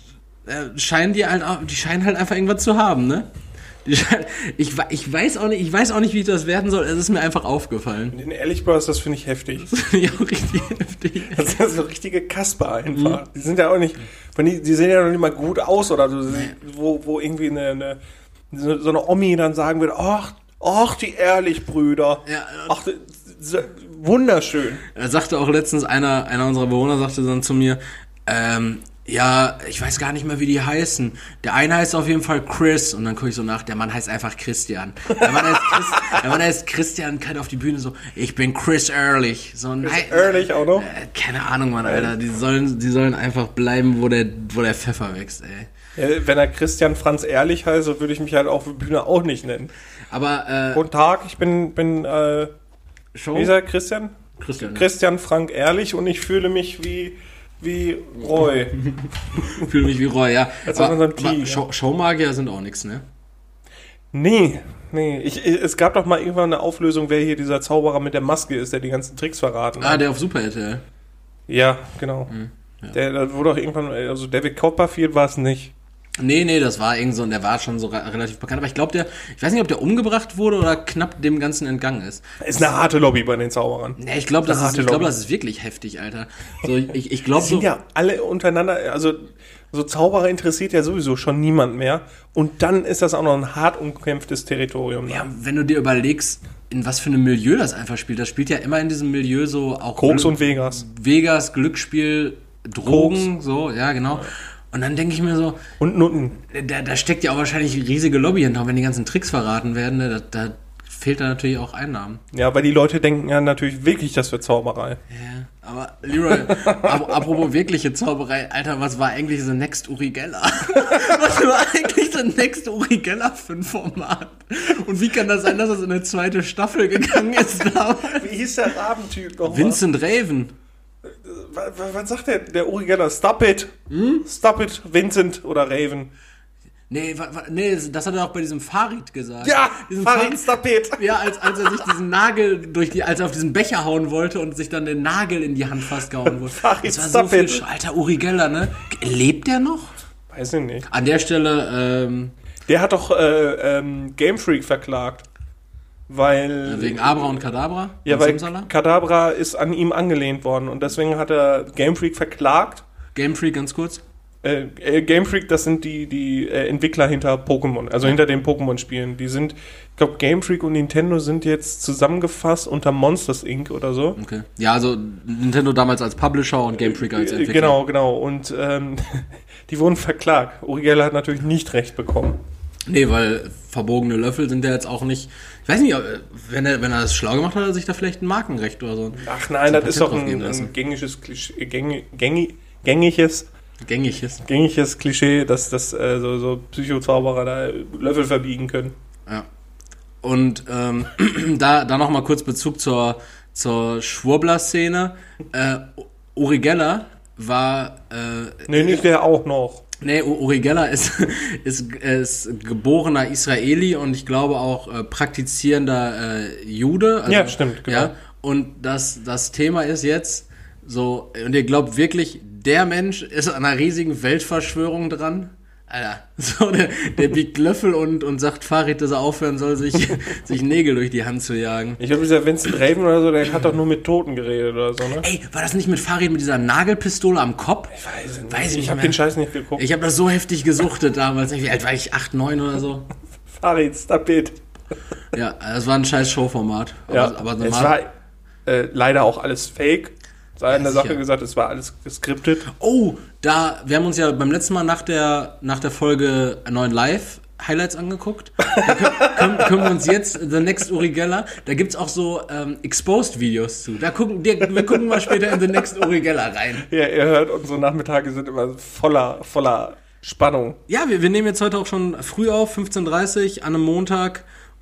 äh, scheinen die halt, auch- die scheinen halt einfach irgendwas zu haben, ne? Die scheinen, ich, we- ich weiß auch nicht, ich weiß auch nicht, wie das werden soll. Es ist mir einfach aufgefallen. Den Ehrlich Bros, das finde ich heftig. Das finde ich auch richtig heftig. Das sind so richtige Kasper einfach. Die sind ja auch nicht, wenn die, die sehen ja noch nicht mal gut aus oder so, wo, wo irgendwie eine, eine so, so eine Omi dann sagen würde, ach, ach, die Ehrlich-Brüder. Ja, Ach, das- das- wunderschön. Da sagte auch letztens einer, einer unserer Bewohner sagte dann zu mir, ähm, ja, ich weiß gar nicht mehr, wie die heißen. Der eine heißt auf jeden Fall Chris. Und dann gucke ich so nach, der Mann heißt einfach Christian. Der Mann heißt, Chris, der Mann heißt Christian, kann auf die Bühne so, ich bin Chris Ehrlich. So, nein, Ehrlich auch noch? Äh, keine Ahnung, Mann, Alter. Die sollen, die sollen einfach bleiben, wo der, wo der Pfeffer wächst, ey. Ja, wenn er Christian Franz Ehrlich heißt, so würde ich mich halt auf der Bühne auch nicht nennen. Aber, äh, Guten Tag, ich bin, bin äh, Show? wie ist er, Christian? Christian. Ja. Christian Frank Ehrlich und ich fühle mich wie, wie Roy. Ich fühle mich wie Roy, ja. Als aber, ob man so ein aber Tiger. Show, Showmagier sind auch nix, ne? Nee, nee. Ich, ich, es gab doch mal irgendwann eine Auflösung, wer hier dieser Zauberer mit der Maske ist, der die ganzen Tricks verraten Ah, hat. der auf Super R T L. Ja, genau. ja. Der, der wurde auch irgendwann, also David Copperfield war es nicht. Nee, nee, das war irgend so, und der war schon so re- relativ bekannt. Aber ich glaube, der, ich weiß nicht, ob der umgebracht wurde oder knapp dem Ganzen entgangen ist. Ist eine harte Lobby bei den Zauberern. Nee, ich glaube, das, Eine ist- harte ich glaub, Lobby. das ist wirklich heftig, Alter. So, ich ich glaube Die so. sind ja alle untereinander, also so Zauberer interessiert ja sowieso schon niemand mehr. Und dann ist das auch noch ein hart umkämpftes Territorium. Ja, wenn du dir überlegst, in was für einem Milieu das einfach spielt. Das spielt ja immer in diesem Milieu so auch Koks Glück- und Vegas. Vegas, Glücksspiel, Drogen, so, ja, genau. Und dann denke ich mir so, Und Nutten. da, da steckt ja auch wahrscheinlich eine riesige Lobby hinter, wenn die ganzen Tricks verraten werden, ne, da, da fehlt da natürlich auch Einnahmen. Ja, weil die Leute denken ja natürlich wirklich, das wird Zauberei. Ja, aber Leroy, ap apropos wirkliche Zauberei, Alter, was war eigentlich The Next Uri Geller? Was war eigentlich The Next Uri Geller für ein Format? Und wie kann das sein, dass es in eine zweite Staffel gegangen ist damals? Wie hieß der Rabentyp noch? Vincent Raven. Was, was sagt der, der Uri Geller? Stop it. Hm? Stop it, Vincent oder Raven. Nee, wa, wa, nee, das hat er auch bei diesem Farid gesagt. Ja, Diesen Farid, stop it. Ja, als, als er sich diesen Nagel durch die, als er auf diesen Becher hauen wollte und sich dann den Nagel in die Hand fast gehauen wurde. Farid, Das war so stop viel it. Sch- Alter, Uri Geller, ne? Lebt der noch? Weiß ich nicht. An der Stelle, ähm, Der hat doch äh, ähm, Game Freak verklagt. Weil. wegen Abra und Kadabra? Ja, und weil Simsala? Kadabra ist an ihm angelehnt worden und deswegen hat er Game Freak verklagt. Game Freak ganz kurz. Äh, äh, Game Freak, das sind die, die äh, Entwickler hinter Pokémon, also hinter den Pokémon-Spielen. Die sind, ich glaube, Game Freak und Nintendo sind jetzt zusammengefasst unter Monsters Incorporated oder so. Okay. Ja, also Nintendo damals als Publisher und Game Freak als Äh, Entwickler. Genau, genau. Und ähm, die wurden verklagt. Uri Geller hat natürlich nicht recht bekommen. Nee, weil verbogene Löffel sind ja jetzt auch nicht. Ich weiß nicht, ob- wenn er, wenn er das schlau gemacht hat, hat er sich da vielleicht ein Markenrecht oder so. Ach nein, So das ist Patent doch drauf geben ein, lassen. ein gängiges Klischee, gängig, gängig, gängiges, Gängig ist. gängiges Klischee, dass das äh, so, so Psychozauberer da Löffel verbiegen können. Ja. Und ähm, da, da nochmal kurz Bezug zur, zur Schwurbler-Szene. Äh, Uri Geller war. Äh, Nee, nicht der auch noch. Nee, U- Uri Geller ist, ist, ist geborener Israeli und ich glaube auch äh, praktizierender äh, Jude. Also, Ja, stimmt, genau. Ja, und das, das Thema ist jetzt so, und ihr glaubt wirklich, der Mensch ist an einer riesigen Weltverschwörung dran? Alter, so, der, der biegt Löffel und, und sagt Farid, dass er aufhören soll, sich, sich Nägel durch die Hand zu jagen. Ich glaube, dieser Vincent Raven oder so, der hat doch nur mit Toten geredet oder so, ne? Ey, war das nicht mit Farid mit dieser Nagelpistole am Kopf? Ich weiß nicht. Weiß ich ich nicht habe mehr. den Scheiß nicht geguckt. Ich habe das so heftig gesuchtet damals. Wie alt war ich? acht, neun oder so? Farid, stop it. Ja, es war ein scheiß Showformat. Aber, Ja, aber es normal. war äh, leider auch alles fake. Sei in der sicher. Sache gesagt, es war alles geskriptet. Oh, da, wir haben uns ja beim letzten Mal nach der, nach der Folge neun Live Highlights angeguckt. Da können, können, können wir uns jetzt The Next Uri Geller, da gibt's auch so ähm, Exposed-Videos zu. Da gucken, wir, wir gucken mal später in The Next Uri Geller rein. Ja, ihr hört, unsere Nachmittage sind immer voller, voller Spannung. Ja, wir, wir nehmen jetzt heute auch schon früh auf, fünfzehn Uhr dreißig an einem Montag.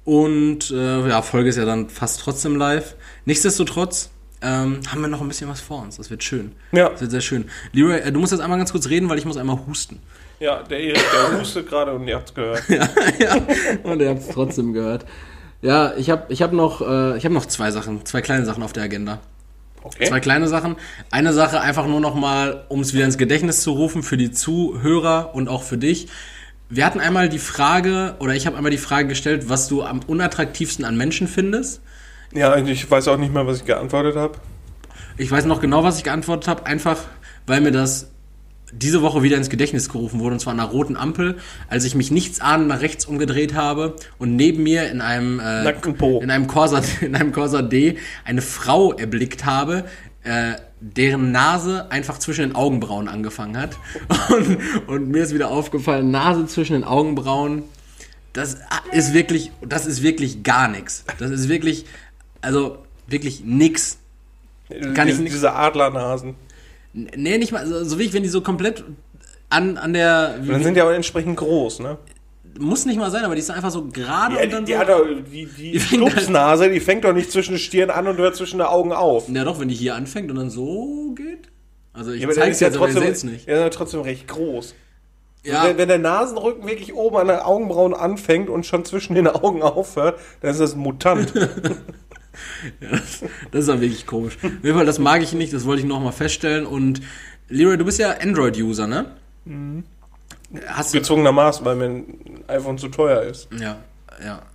Und äh, ja, Folge ist ja dann fast trotzdem live. Nichtsdestotrotz ähm, haben wir noch ein bisschen was vor uns. Das wird schön. Ja. Das wird sehr schön. Leroy, äh, du musst jetzt einmal ganz kurz reden, weil ich muss einmal husten. Ja, der Erik, der hustet gerade und ihr habt's gehört. ja, ja. Und ihr habt es trotzdem gehört. Ja, ich habe ich hab noch, äh, ich hab noch zwei Sachen, zwei kleine Sachen auf der Agenda. Okay. Zwei kleine Sachen. Eine Sache einfach nur nochmal, um es wieder ins Gedächtnis zu rufen für die Zuhörer und auch für dich. Wir hatten einmal die Frage, oder ich habe einmal die Frage gestellt, was du am unattraktivsten an Menschen findest. Ja, ich weiß auch nicht mehr, was ich geantwortet habe. Ich weiß noch genau, was ich geantwortet habe, einfach weil mir das diese Woche wieder ins Gedächtnis gerufen wurde, und zwar an einer roten Ampel, als ich mich nichtsahnend nach rechts umgedreht habe und neben mir in einem äh, Nackten Po. in einem Corsa in einem Corsa D eine Frau erblickt habe, äh, deren Nase einfach zwischen den Augenbrauen angefangen hat. Und, und mir ist wieder aufgefallen, Nase zwischen den Augenbrauen, das ist wirklich, das ist wirklich gar nichts. Das ist wirklich, also wirklich nix. Kann diese, ich diese Adlernasen. Nee, nicht mal, so, so wie ich, wenn die so komplett an, an der... Dann sind die auch entsprechend groß, ne? Muss nicht mal sein, aber die ist einfach so gerade Ja, und dann die, so... die, hat doch, die, die, die Stupsnase, die fängt doch nicht zwischen Stirn an und hört zwischen den Augen auf. Ja doch, wenn die hier anfängt und dann so geht. Also ich Ja, aber der zeig's ist ja jetzt, aber ihr trotzdem, seht's nicht. ja, trotzdem recht groß. Ja, Wenn, wenn der Nasenrücken wirklich oben an den Augenbrauen anfängt und schon zwischen den Augen aufhört, dann ist das ein Mutant. ja, das, das ist ja wirklich komisch. Auf jeden Fall, das mag ich nicht, das wollte ich nochmal feststellen. Und Leroy, du bist ja Android-User, ne? Mhm. Hast du... Gezwungenermaßen, weil mir ein iPhone zu teuer ist. Ja, ja, ja.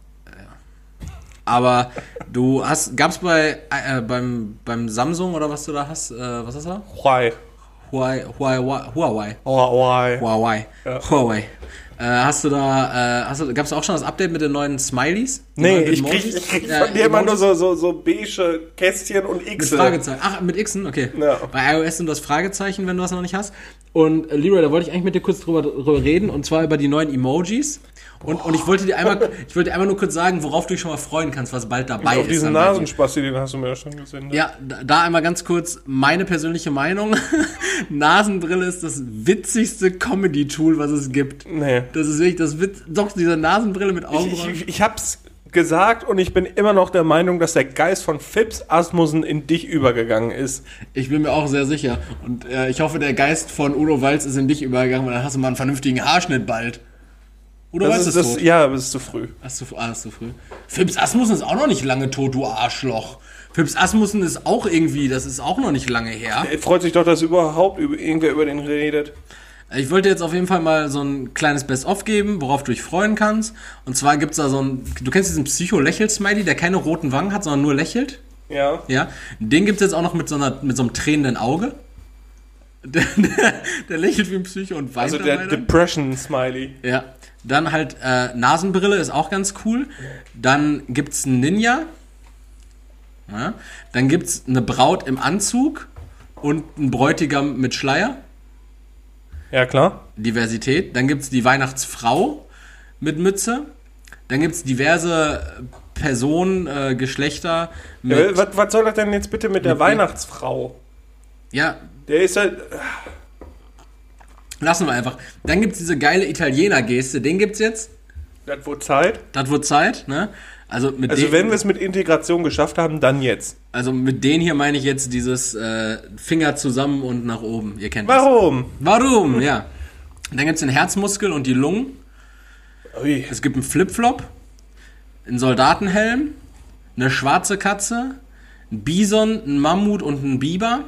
Aber du hast, gab's bei äh, beim beim Samsung oder was du da hast, äh, was hast du da? Huawei. Huawei, Huawei, Huawei, Huawei. Huawei, Ja. Huawei. Äh, hast du da, äh, hast du, gab's auch schon das Update mit den neuen Smileys? Die Nee, neuen ich krieg, Emojis? ich krieg Ja, von dir immer nur Emojis? so, so, so beige Kästchen und Mit X. Fragezeichen. Ach, mit Xen, okay. Ja. Bei iOS sind das Fragezeichen, wenn du das noch nicht hast. Und äh, Leroy, da wollte ich eigentlich mit dir kurz drüber, drüber reden, und zwar über die neuen Emojis. Und, und ich wollte dir einmal, ich wollte dir einmal nur kurz sagen, worauf du dich schon mal freuen kannst, was bald dabei Auf ist. diesen dann bei dir. Nasenspasti, den hast du mir ja schon gesehen. Ja, da, da einmal ganz kurz meine persönliche Meinung. Nasenbrille ist das witzigste Comedy-Tool, was es gibt. Nee. Das ist wirklich das Witz. Doch, diese Nasenbrille mit Ich, Augenbrauen. ich, ich hab's gesagt und ich bin immer noch der Meinung, dass der Geist von Phipps Asmussen in dich übergegangen ist. Ich bin mir auch sehr sicher. Und äh, ich hoffe, der Geist von Udo Walz ist in dich übergegangen, weil dann hast du mal einen vernünftigen Haarschnitt bald. Udo Das Walz ist ist das, tot. ja, aber es ist zu früh. Hast du, ah, ist zu früh. Phipps Asmussen ist auch noch nicht lange tot, du Arschloch. Phipps Asmussen ist auch irgendwie, das ist auch noch nicht lange her. Er freut sich doch, dass überhaupt über, irgendwer über den redet. Ich wollte jetzt auf jeden Fall mal so ein kleines Best-of geben, worauf du dich freuen kannst. Und zwar gibt's da so ein, du kennst diesen Psycho-Lächel-Smiley, der keine roten Wangen hat, sondern nur lächelt. Ja. Ja. Den gibt's jetzt auch noch mit so einer, mit so einem tränenden Auge. Der, der, der lächelt wie ein Psycho und weint Also der dabei dann. Depression-Smiley. Ja. Dann halt äh, Nasenbrille ist auch ganz cool. Dann gibt's einen Ninja. Ja. Dann gibt's eine Braut im Anzug und einen Bräutigam mit Schleier. Ja, klar. Diversität. Dann gibt's die Weihnachtsfrau mit Mütze. Dann gibt's diverse Personen, äh, Geschlechter mit... Ja, was, was soll das denn jetzt bitte mit der Mit- Weihnachtsfrau? Ja, Der ist halt... lassen wir einfach. Dann gibt's diese geile Italiener-Geste. Den gibt's jetzt. Das wurde Zeit. Das wird Zeit, ne? Also mit Also den, wenn wir es mit Integration geschafft haben, dann jetzt. also mit denen hier meine ich jetzt dieses äh, Finger zusammen und nach oben. Ihr kennt Warum? das. Warum? Ja. Dann gibt's den Herzmuskel und die Lungen. Ui. Es gibt einen Flipflop, einen Soldatenhelm, eine schwarze Katze, einen Bison, einen Mammut und einen Biber,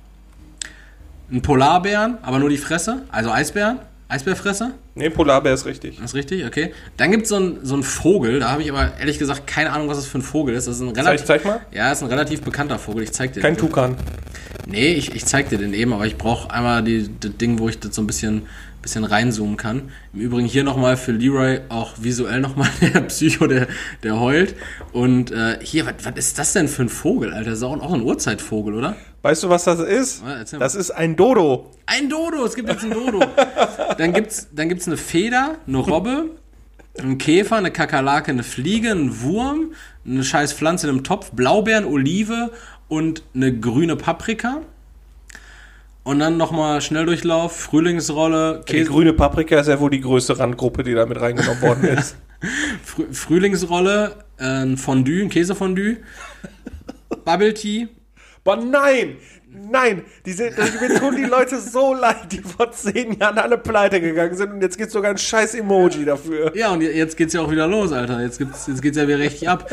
einen Polarbären, aber nur die Fresse, also Eisbären, Eisbärfresse. Nee, Polarbär ist richtig. Das ist richtig, okay. Dann gibt es so einen so einen Vogel, da habe ich aber ehrlich gesagt keine Ahnung, was das für ein Vogel ist. Das ist ein relativ, Zeig, zeig mal. ja, das ist ein relativ bekannter Vogel. Ich zeig dir Kein den. Tukan. Nee, ich, ich zeig dir den eben, aber ich brauche einmal die, das Ding, wo ich das so ein bisschen, bisschen reinzoomen kann. Im Übrigen hier nochmal für Leroy auch visuell nochmal der Psycho, der, der heult. Und äh, hier, was was ist das denn für ein Vogel, Alter? Das ist auch, auch ein Urzeitvogel, oder? Weißt du, was das ist? Ja, erzähl mal. Das ist ein Dodo. Ein Dodo, es gibt jetzt einen Dodo. Dann gibt's, dann gibt's eine Feder, eine Robbe, einen Käfer, eine Kakerlake, eine Fliege, einen Wurm, eine scheiß Pflanze in einem Topf, Blaubeeren, Olive und eine grüne Paprika. Und dann nochmal Schnelldurchlauf, Frühlingsrolle, Die Käse, grüne Paprika ist ja wohl die größte Randgruppe, die da mit reingenommen worden ist. Frü Frühlingsrolle, äh, ein Fondue, ein Käsefondue, Bubble Tea. Aber nein! Nein! Diese, mir tun die Leute so leid, die vor zehn Jahren alle pleite gegangen sind und jetzt gibt es sogar ein scheiß Emoji dafür. Ja, und jetzt geht's ja auch wieder los, Alter. Jetzt, gibt's, jetzt geht's ja wieder richtig ab.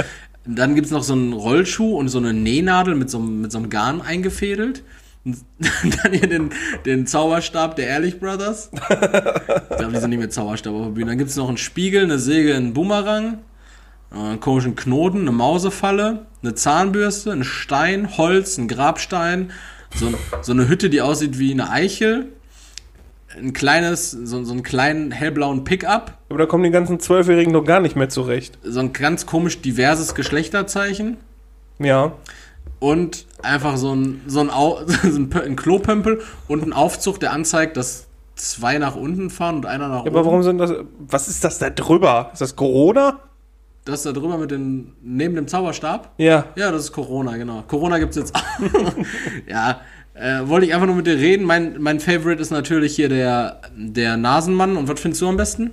Dann gibt es noch so einen Rollschuh und so eine Nähnadel mit so, mit so einem Garn eingefädelt. Und dann hier den, den Zauberstab der Ehrlich Brothers. Ich glaube, die sind nicht mit Zauberstab auf der Bühne. Dann gibt es noch einen Spiegel, eine Säge, einen Boomerang, einen komischen Knoten, eine Mausefalle, eine Zahnbürste, einen Stein, Holz, einen Grabstein, so, so eine Hütte, die aussieht wie eine Eichel, ein kleines, so, so einen kleinen hellblauen Pickup. Aber da kommen die ganzen Zwölfjährigen noch gar nicht mehr zurecht. So ein ganz komisch diverses Geschlechterzeichen. Ja. Und einfach so ein, so ein, Au- so ein, Pö- ein Klopömpel und ein Aufzug, der anzeigt, dass zwei nach unten fahren und einer nach Ja, oben. aber warum sind das, was ist das da drüber? Ist das Corona? Das da drüber mit den, neben dem Zauberstab? Ja. Ja, das ist Corona, genau. Corona gibt's jetzt auch. Ja, äh, wollte ich einfach nur mit dir reden. Mein, mein Favorite ist natürlich hier der, der Nasenmann. Und was findest du am besten?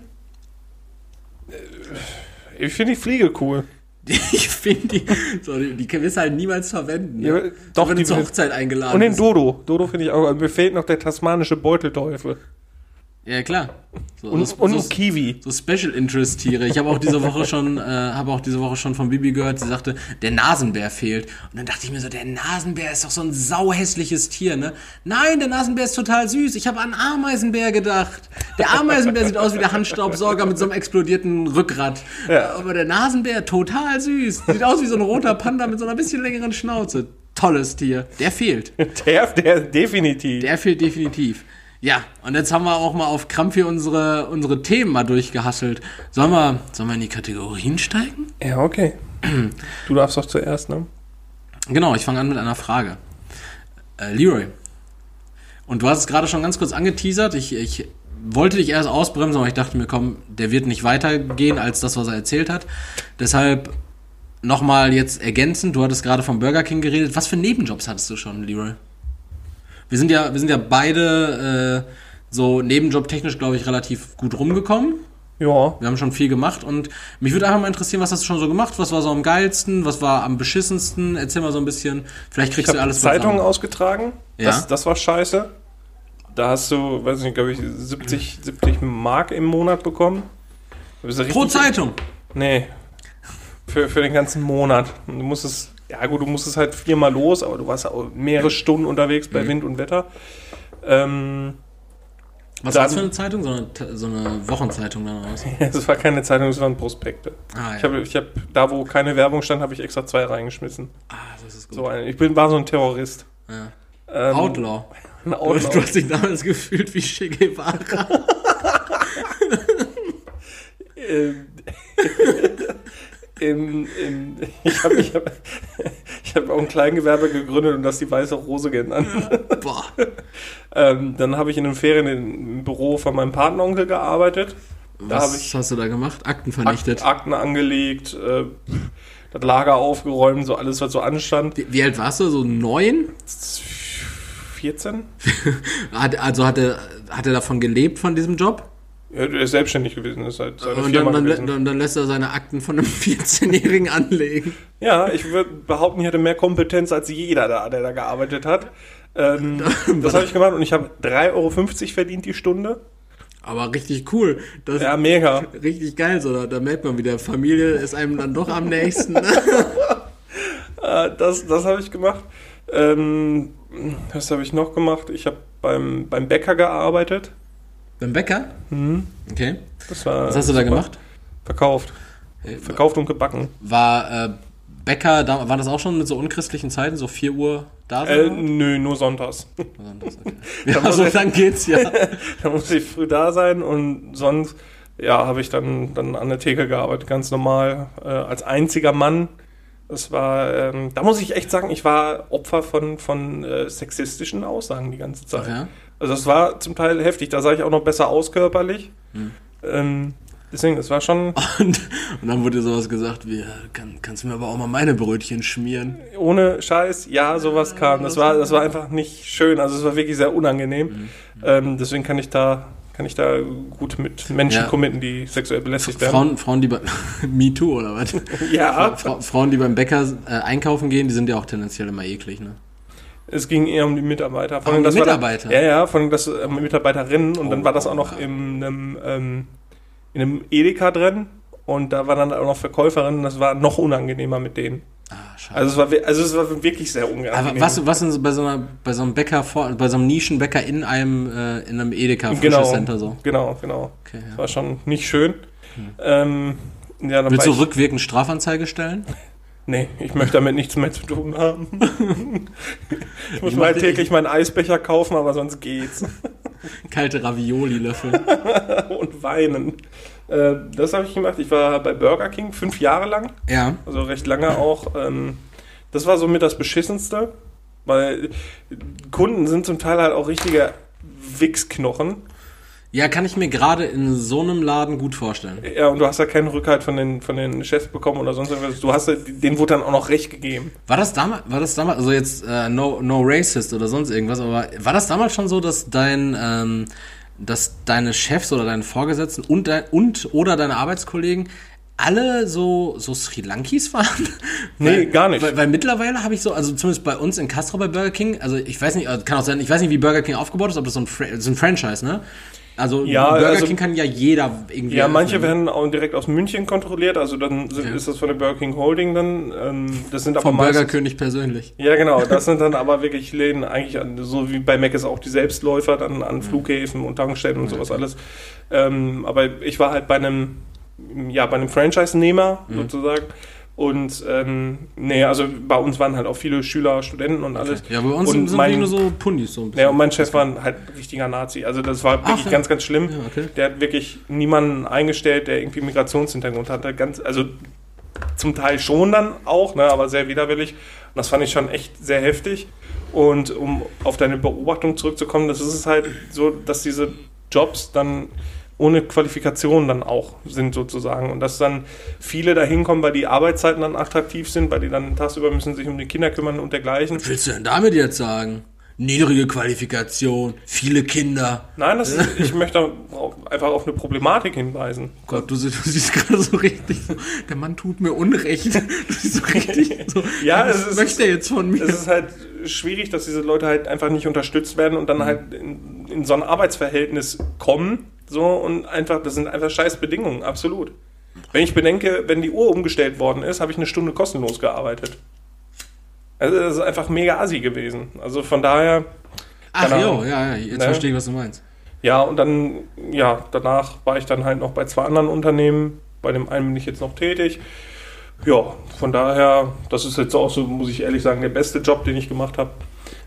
Ich finde die Fliege cool. Ich finde die, so, die, die wirst du halt niemals verwenden. Ne? Ja, doch, wenn du die- zur Hochzeit eingeladen Und den bist. Dodo. Dodo finde ich auch. Mir fehlt noch der tasmanische Beutelteufel. Ja, klar. So, Und, so, und so, ein Kiwi. so Special Interest Tiere. Ich habe auch diese Woche schon, äh, habe auch diese Woche schon von Bibi gehört, sie sagte, der Nasenbär fehlt. Und dann dachte ich mir so, der Nasenbär ist doch so ein sauhässliches Tier, ne? Nein, der Nasenbär ist total süß. Ich habe an Ameisenbär gedacht. Der Ameisenbär sieht aus wie der Handstaubsauger mit so einem explodierten Rückgrat. Ja. Aber der Nasenbär total süß. Sieht aus wie so ein roter Panda mit so einer bisschen längeren Schnauze. Tolles Tier. Der fehlt. Der, der definitiv. Der fehlt definitiv. Ja, und jetzt haben wir auch mal auf Krampf hier unsere, unsere Themen mal durchgehasselt. Sollen wir, sollen wir in die Kategorien steigen? Ja, okay. Du darfst doch zuerst, ne? Genau, ich fange an mit einer Frage. Äh, Leroy, und du hast es gerade schon ganz kurz angeteasert. Ich, ich wollte dich erst ausbremsen, aber ich dachte mir, komm, der wird nicht weitergehen als das, was er erzählt hat. Deshalb nochmal jetzt ergänzend, du hattest gerade vom Burger King geredet. Was für Nebenjobs hattest du schon, Leroy? Wir sind ja, wir sind ja beide äh, so nebenjobtechnisch, glaube ich, relativ gut rumgekommen. Ja. Wir haben schon viel gemacht und mich würde einfach mal interessieren, was hast du schon so gemacht? Was war so am geilsten? Was war am beschissensten? Erzähl mal so ein bisschen. Vielleicht kriegst Ich du habe alles Zeitungen zusammen. ausgetragen. Ja. Das, das war scheiße. Da hast du, weiß nicht, glaube ich, siebzig, siebzig Mark im Monat bekommen. Das ist Pro richtig- Zeitung. Nee. Für, für den ganzen Monat. Und du musstest, ja gut, du musstest halt viermal los, aber du warst auch mehrere Stunden unterwegs bei Mhm. Wind und Wetter. Ähm, Was Dann- war das für eine Zeitung? So eine, so eine Wochenzeitung dann raus. Es war keine Zeitung, es waren Prospekte. Ah, ja. Ich habe, ich hab, da wo keine Werbung stand, habe ich extra zwei reingeschmissen. ah, das ist gut. So ein, ich bin, war so ein Terrorist. Ja. Ähm, Outlaw. Ein Du, Outlaw. du hast dich damals gefühlt wie Che Guevara. Ähm, im, im, ich habe ich hab, ich hab auch ein Kleingewerbe gegründet und das die Weiße Rose genannt. Boah. Ähm, dann habe ich in den Ferien im Büro von meinem Patenonkel gearbeitet. Da habe Was ich hast du da gemacht? Akten vernichtet. Ak- Akten angelegt, äh, das Lager aufgeräumt, so alles, was so anstand. Wie, wie alt warst du? So neun? vierzehn? Hat, also hat er, hat er davon gelebt, von diesem Job? Ja, der ist selbstständig gewesen, ist halt seine Und Firma dann, dann, gewesen. dann, dann lässt er seine Akten von einem vierzehnjährigen anlegen. Ja, ich würde behaupten, ich hatte mehr Kompetenz als jeder da, der da gearbeitet hat. Ähm, das habe ich gemacht und ich habe drei Euro fünfzig verdient die Stunde. Aber richtig cool. Das Ja, mega. ist richtig geil. So, da, da merkt man wieder, Familie ist einem dann doch am nächsten. Ne? Äh, das das habe ich gemacht. Ähm, was habe ich noch gemacht? Ich habe beim, beim Bäcker gearbeitet. Beim Bäcker? Mhm. Okay. Das war Was hast du da super. gemacht? Verkauft. Verkauft und gebacken. War äh, Bäcker, da, war das auch schon mit so unchristlichen Zeiten, so vier Uhr da Äh, sein? nö, nur sonntags. Okay. Ja, so dann geht's ja. Da muss ich früh da sein und sonst, ja, habe ich dann, dann an der Theke gearbeitet, ganz normal, äh, als einziger Mann. Das war, ähm, da muss ich echt sagen, ich war Opfer von, von äh, sexistischen Aussagen die ganze Zeit. Ach ja? Also es war zum Teil heftig, da sah ich auch noch besser aus körperlich. Hm. Ähm, deswegen, das war schon Und, und dann wurde sowas gesagt wie, kann, kannst du mir aber auch mal meine Brötchen schmieren? ohne Scheiß, ja, sowas kam. Das war, das war einfach nicht schön, also es war wirklich sehr unangenehm. Mhm. Ähm, deswegen kann ich da, kann ich da gut mit Menschen Ja. committen, die sexuell belästigt werden. Frauen, Frauen, die bei Me Too oder was? Ja, Fra Frauen, die beim Bäcker äh, einkaufen gehen, die sind ja auch tendenziell immer eklig, ne? es ging eher um die Mitarbeiter. Ah, um die das war Mitarbeiter? Da, ja, ja, von das ähm, Mitarbeiterinnen und Oh, dann war das oh, auch noch wow. in einem, ähm, in einem Edeka drin und da war dann auch noch Verkäuferin, das war noch unangenehmer mit denen. Ah, schade. Also es war, also es war wirklich sehr unangenehm. Aber was, was in, bei, so einer, bei so einem Bäcker, vor, bei so einem Nischenbäcker in einem, äh, in einem Edeka genau, Center so? Genau, genau. Okay, ja. Das war schon nicht schön. Hm. Ähm, ja, dann Willst du ich, rückwirkend Strafanzeige stellen? Nee, ich möchte damit nichts mehr zu tun haben. Ich muss ich mal täglich meinen Eisbecher kaufen, aber sonst geht's. Kalte Ravioli löffeln. Und weinen. Äh, das habe ich gemacht. Ich war bei Burger King fünf Jahre lang. Ja. Also recht lange auch. Ähm, das war somit das Beschissenste, weil Kunden sind zum Teil halt auch richtige Wichsknochen. Ja, kann ich mir gerade in so einem Laden gut vorstellen. Ja, und du hast ja keinen Rückhalt von den, von den Chefs bekommen oder sonst irgendwas. Du hast ja, denen wurde dann auch noch Recht gegeben. War das damals, war das damals, also jetzt äh, no, no racist oder sonst irgendwas, aber war das damals schon so, dass dein, ähm, dass deine Chefs oder deine Vorgesetzten und, dein, und oder deine Arbeitskollegen alle so, so Sri Lankis waren? Nee, weil, gar nicht. Weil, weil mittlerweile habe ich so, also zumindest bei uns in Castro bei Burger King, also ich weiß nicht, kann auch sein, ich weiß nicht, wie Burger King aufgebaut ist, ob das so ein, Fra- so ein Franchise, ne? Also ja, Burger also, King kann ja jeder irgendwie. Ja, manche öffnen. werden auch direkt aus München kontrolliert, also dann sind, Okay. ist das von der Burger King Holding dann. Ähm, das sind aber Vom meistens, Burgerkönig persönlich. Ja, genau, das sind dann aber wirklich Läden, eigentlich an, so wie bei Mac ist auch die Selbstläufer dann an Flughäfen und Tankstellen und sowas alles. Ähm, aber ich war halt bei einem, ja, bei einem Franchise-Nehmer Mhm. sozusagen. Und ähm, nee, also bei uns waren halt auch viele Schüler, Studenten und alles. Ja, bei uns und sind, sind mein, nur so Pundis so ein bisschen. Ja, und mein Chef war halt ein richtiger Nazi. Also das war wirklich Ach, ja. ganz, ganz schlimm. Ja, okay. Der hat wirklich niemanden eingestellt, der irgendwie Migrationshintergrund hatte. Ganz, also zum Teil schon dann auch, ne, aber sehr widerwillig. Und das fand ich schon echt sehr heftig. Und um auf deine Beobachtung zurückzukommen, das ist es halt so, dass diese Jobs dann ohne Qualifikation dann auch sind sozusagen. Und dass dann viele da hinkommen, weil die Arbeitszeiten dann attraktiv sind, weil die dann tagsüber müssen sich um die Kinder kümmern und dergleichen. Was willst du denn damit jetzt sagen? Niedrige Qualifikation, viele Kinder. Nein, das ist, ich möchte auch einfach auf eine Problematik hinweisen. Oh Gott, du, siehst- du siehst gerade so richtig so, der Mann tut mir Unrecht. Du siehst so richtig so, Ja, was es ist- möchte er jetzt von mir? Es ist halt schwierig, dass diese Leute halt einfach nicht unterstützt werden und dann halt in, in so ein Arbeitsverhältnis kommen. So, und einfach, das sind einfach scheiß Bedingungen, absolut. Wenn ich bedenke, wenn die Uhr umgestellt worden ist, habe ich eine Stunde kostenlos gearbeitet. Also das ist einfach mega assi gewesen. Also von daher. Ach keine jo, Ahnung. ja, ja, jetzt Ne? verstehe ich, was du meinst. Ja, und dann, ja, danach war ich dann halt noch bei zwei anderen Unternehmen. Bei dem einen bin ich jetzt noch tätig. Ja, von daher, das ist jetzt auch so, muss ich ehrlich sagen, der beste Job, den ich gemacht habe.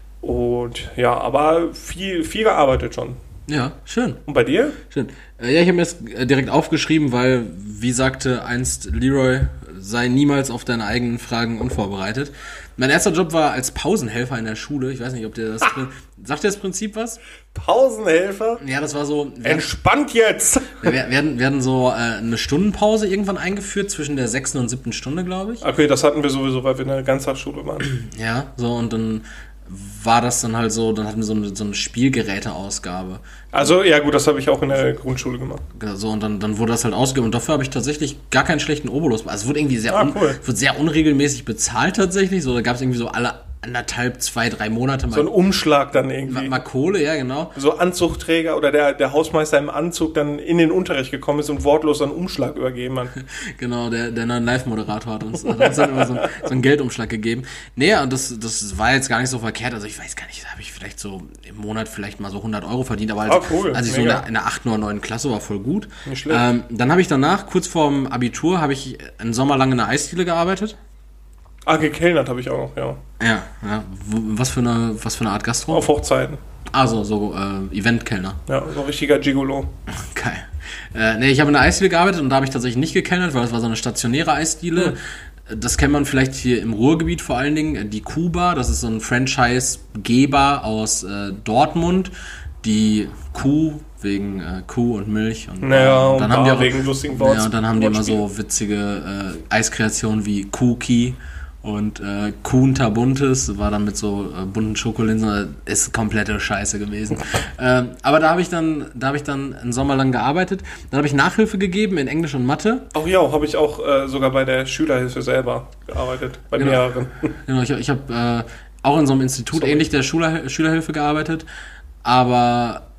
Und ja, aber viel, viel gearbeitet schon. Ja, schön. Und bei dir? Schön. Äh, Ja, ich habe mir das äh, direkt aufgeschrieben, weil, wie sagte einst Leroy, sei niemals auf deine eigenen Fragen unvorbereitet. Mein erster Job war als Pausenhelfer in der Schule. Ich weiß nicht, ob dir das... Sagt dir das Prinzip was? Pausenhelfer? Ja, das war so... Während, Entspannt jetzt! wir- werden, werden so äh, eine Stundenpause irgendwann eingeführt, zwischen der sechsten und siebten Stunde, glaube ich. Okay, das hatten wir sowieso, weil wir in der Ganztagsschule waren. Ja, so, und dann war das dann halt so, dann hatten wir so eine, so eine Spielgeräteausgabe. Also, ja gut, das habe ich auch in der Grundschule gemacht. So, und dann, dann wurde das halt ausgegeben. Und dafür habe ich tatsächlich gar keinen schlechten Obolus. Also es wurde irgendwie sehr, Ah, un, cool. wird sehr unregelmäßig bezahlt tatsächlich. So, da gab es irgendwie so alle anderthalb, zwei, drei Monate mal, So ein Umschlag dann mal, irgendwie. mal Kohle, ja, genau. So Anzugträger oder der, der Hausmeister im Anzug dann in den Unterricht gekommen ist und wortlos einen Umschlag übergeben hat. Genau, der, der neue Live-Moderator hat uns, hat uns dann immer so, einen- so einen Geldumschlag gegeben. Nee, und das, das war jetzt gar nicht so verkehrt. Also ich weiß gar nicht, da habe ich vielleicht so im Monat vielleicht mal so hundert Euro verdient. Aber als, Ah, cool, als ich so in mega. der, in der achten oder neunten Klasse war, voll gut. Nicht schlecht. Ähm, dann habe ich danach, kurz vorm Abitur, habe ich einen Sommer lang in einer Eisdiele gearbeitet. Ah, gekellnert habe ich auch noch, ja. Ja, ja. Wo, was für eine, was für eine Art Gastro? Auf Hochzeiten. Also so äh, Eventkellner. Ja, so ein richtiger Gigolo. Geil. Äh, nee, ich habe in einer Eisdiele gearbeitet und da habe ich tatsächlich nicht gekellnert, weil das war so eine stationäre Eisdiele. Das kennt man vielleicht hier im Ruhrgebiet vor allen Dingen. Die Kuba, das ist so ein Franchise-Geber aus äh, Dortmund. Die Kuh wegen äh, Kuh und Milch. Und, Naja, äh, und dann haben die Bar auch, wegen lustigen ja, Worts- und dann haben die immer Wortspiel. so witzige äh, Eiskreationen wie Cookie und äh, Kunterbuntes, war dann mit so äh, bunten Schokolinsen, ist komplette Scheiße gewesen. ähm, aber da habe ich dann, da habe ich dann einen Sommer lang gearbeitet. Dann habe ich Nachhilfe gegeben in Englisch und Mathe. Auch ja, habe ich auch äh, sogar bei der Schülerhilfe selber gearbeitet. Bei Genau. mehreren. Genau, ich, ich habe äh, auch in so einem Institut Sorry. ähnlich der Schüler, Schülerhilfe gearbeitet, aber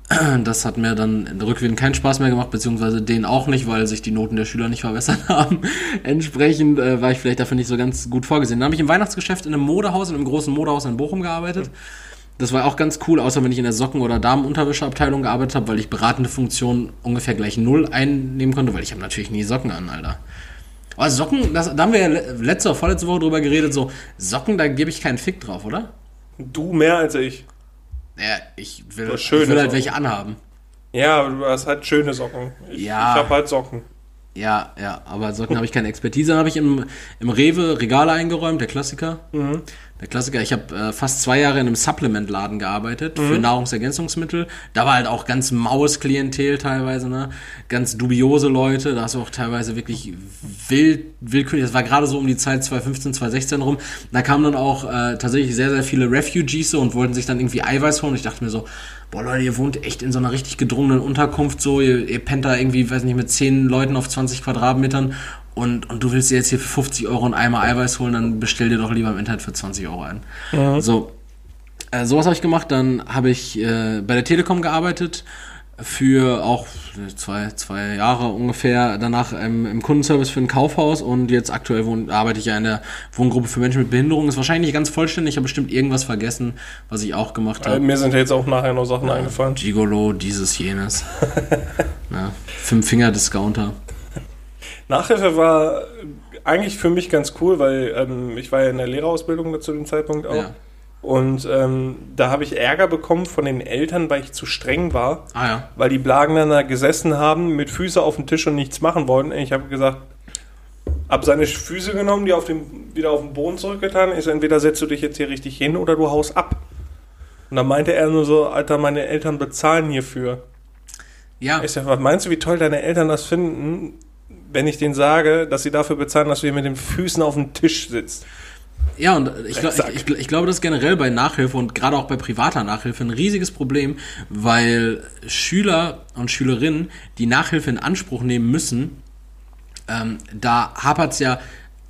Das hat mir dann rückwirkend keinen Spaß mehr gemacht, beziehungsweise denen auch nicht, weil sich die Noten der Schüler nicht verbessert haben. Entsprechend äh, war ich vielleicht dafür nicht so ganz gut vorgesehen. Dann habe ich im Weihnachtsgeschäft in einem Modehaus, in einem großen Modehaus in Bochum gearbeitet. Das war auch ganz cool, außer wenn ich in der Socken- oder Damenunterwäscheabteilung gearbeitet habe, weil ich beratende Funktion ungefähr gleich null einnehmen konnte, weil ich habe natürlich nie Socken an, Alter. Aber Socken, das, da haben wir ja letzte oder vorletzte Woche drüber geredet, so Socken, da gebe ich keinen Fick drauf, oder? Du mehr als ich. Ja, ich will, ich will halt Socken. welche anhaben. Ja, aber du hast halt schöne Socken. Ich, Ja. ich habe halt Socken. Ja, ja, aber Socken habe ich keine Expertise. Dann habe ich im, im Rewe Regale eingeräumt, der Klassiker. Mhm. Der Klassiker, ich habe äh, fast zwei Jahre in einem Supplement-Laden gearbeitet Mhm. für Nahrungsergänzungsmittel. Da war halt auch ganz maues Klientel teilweise, ne? Ganz dubiose Leute. Da hast du auch teilweise wirklich wild, willkürlich. Das war gerade so um die Zeit zwanzig fünfzehn, zwanzig sechzehn rum. Da kamen dann auch äh, tatsächlich sehr, sehr viele Refugees so und wollten sich dann irgendwie Eiweiß holen. Ich dachte mir so, boah Leute, ihr wohnt echt in so einer richtig gedrungenen Unterkunft so. Ihr, ihr pennt da irgendwie, weiß nicht, mit zehn Leuten auf zwanzig Quadratmetern. Und, und du willst dir jetzt hier für fünfzig Euro einen Eimer Eiweiß holen, dann bestell dir doch lieber im Internet für zwanzig Euro ein. Mhm. So, äh, sowas habe ich gemacht. Dann habe ich äh, bei der Telekom gearbeitet für auch zwei, zwei Jahre ungefähr. Danach ähm, im Kundenservice für ein Kaufhaus und jetzt aktuell wohn, arbeite ich ja in der Wohngruppe für Menschen mit Behinderung. Ist wahrscheinlich nicht ganz vollständig, ich habe bestimmt irgendwas vergessen, was ich auch gemacht Äh, habe. mir sind ja jetzt auch nachher noch Sachen eingefallen. Gigolo, dieses, jenes. Ja, Fünf-Finger-Discounter. Nachhilfe war eigentlich für mich ganz cool, weil ähm, ich war ja in der Lehrerausbildung zu dem Zeitpunkt auch. Ja. Und ähm, da habe ich Ärger bekommen von den Eltern, weil ich zu streng war. Ah ja. Weil die Blagen dann da gesessen haben, mit Füßen auf dem Tisch und nichts machen wollten. Ich habe gesagt, hab seine Füße genommen, die auf dem, wieder auf den Boden zurückgetan. Ist entweder setzt du dich jetzt hier richtig hin oder du haust ab. Und dann meinte er nur so, Alter, meine Eltern bezahlen hierfür. Ja. Ich sag, was meinst du, wie toll deine Eltern das finden, wenn ich denen sage, dass sie dafür bezahlen, dass du hier mit den Füßen auf dem Tisch sitzt? Ja, und ich, glaub, Exakt. ich, ich, ich glaube, das ist generell bei Nachhilfe und gerade auch bei privater Nachhilfe ein riesiges Problem, weil Schüler und Schülerinnen, die Nachhilfe in Anspruch nehmen müssen, ähm, da hapert es ja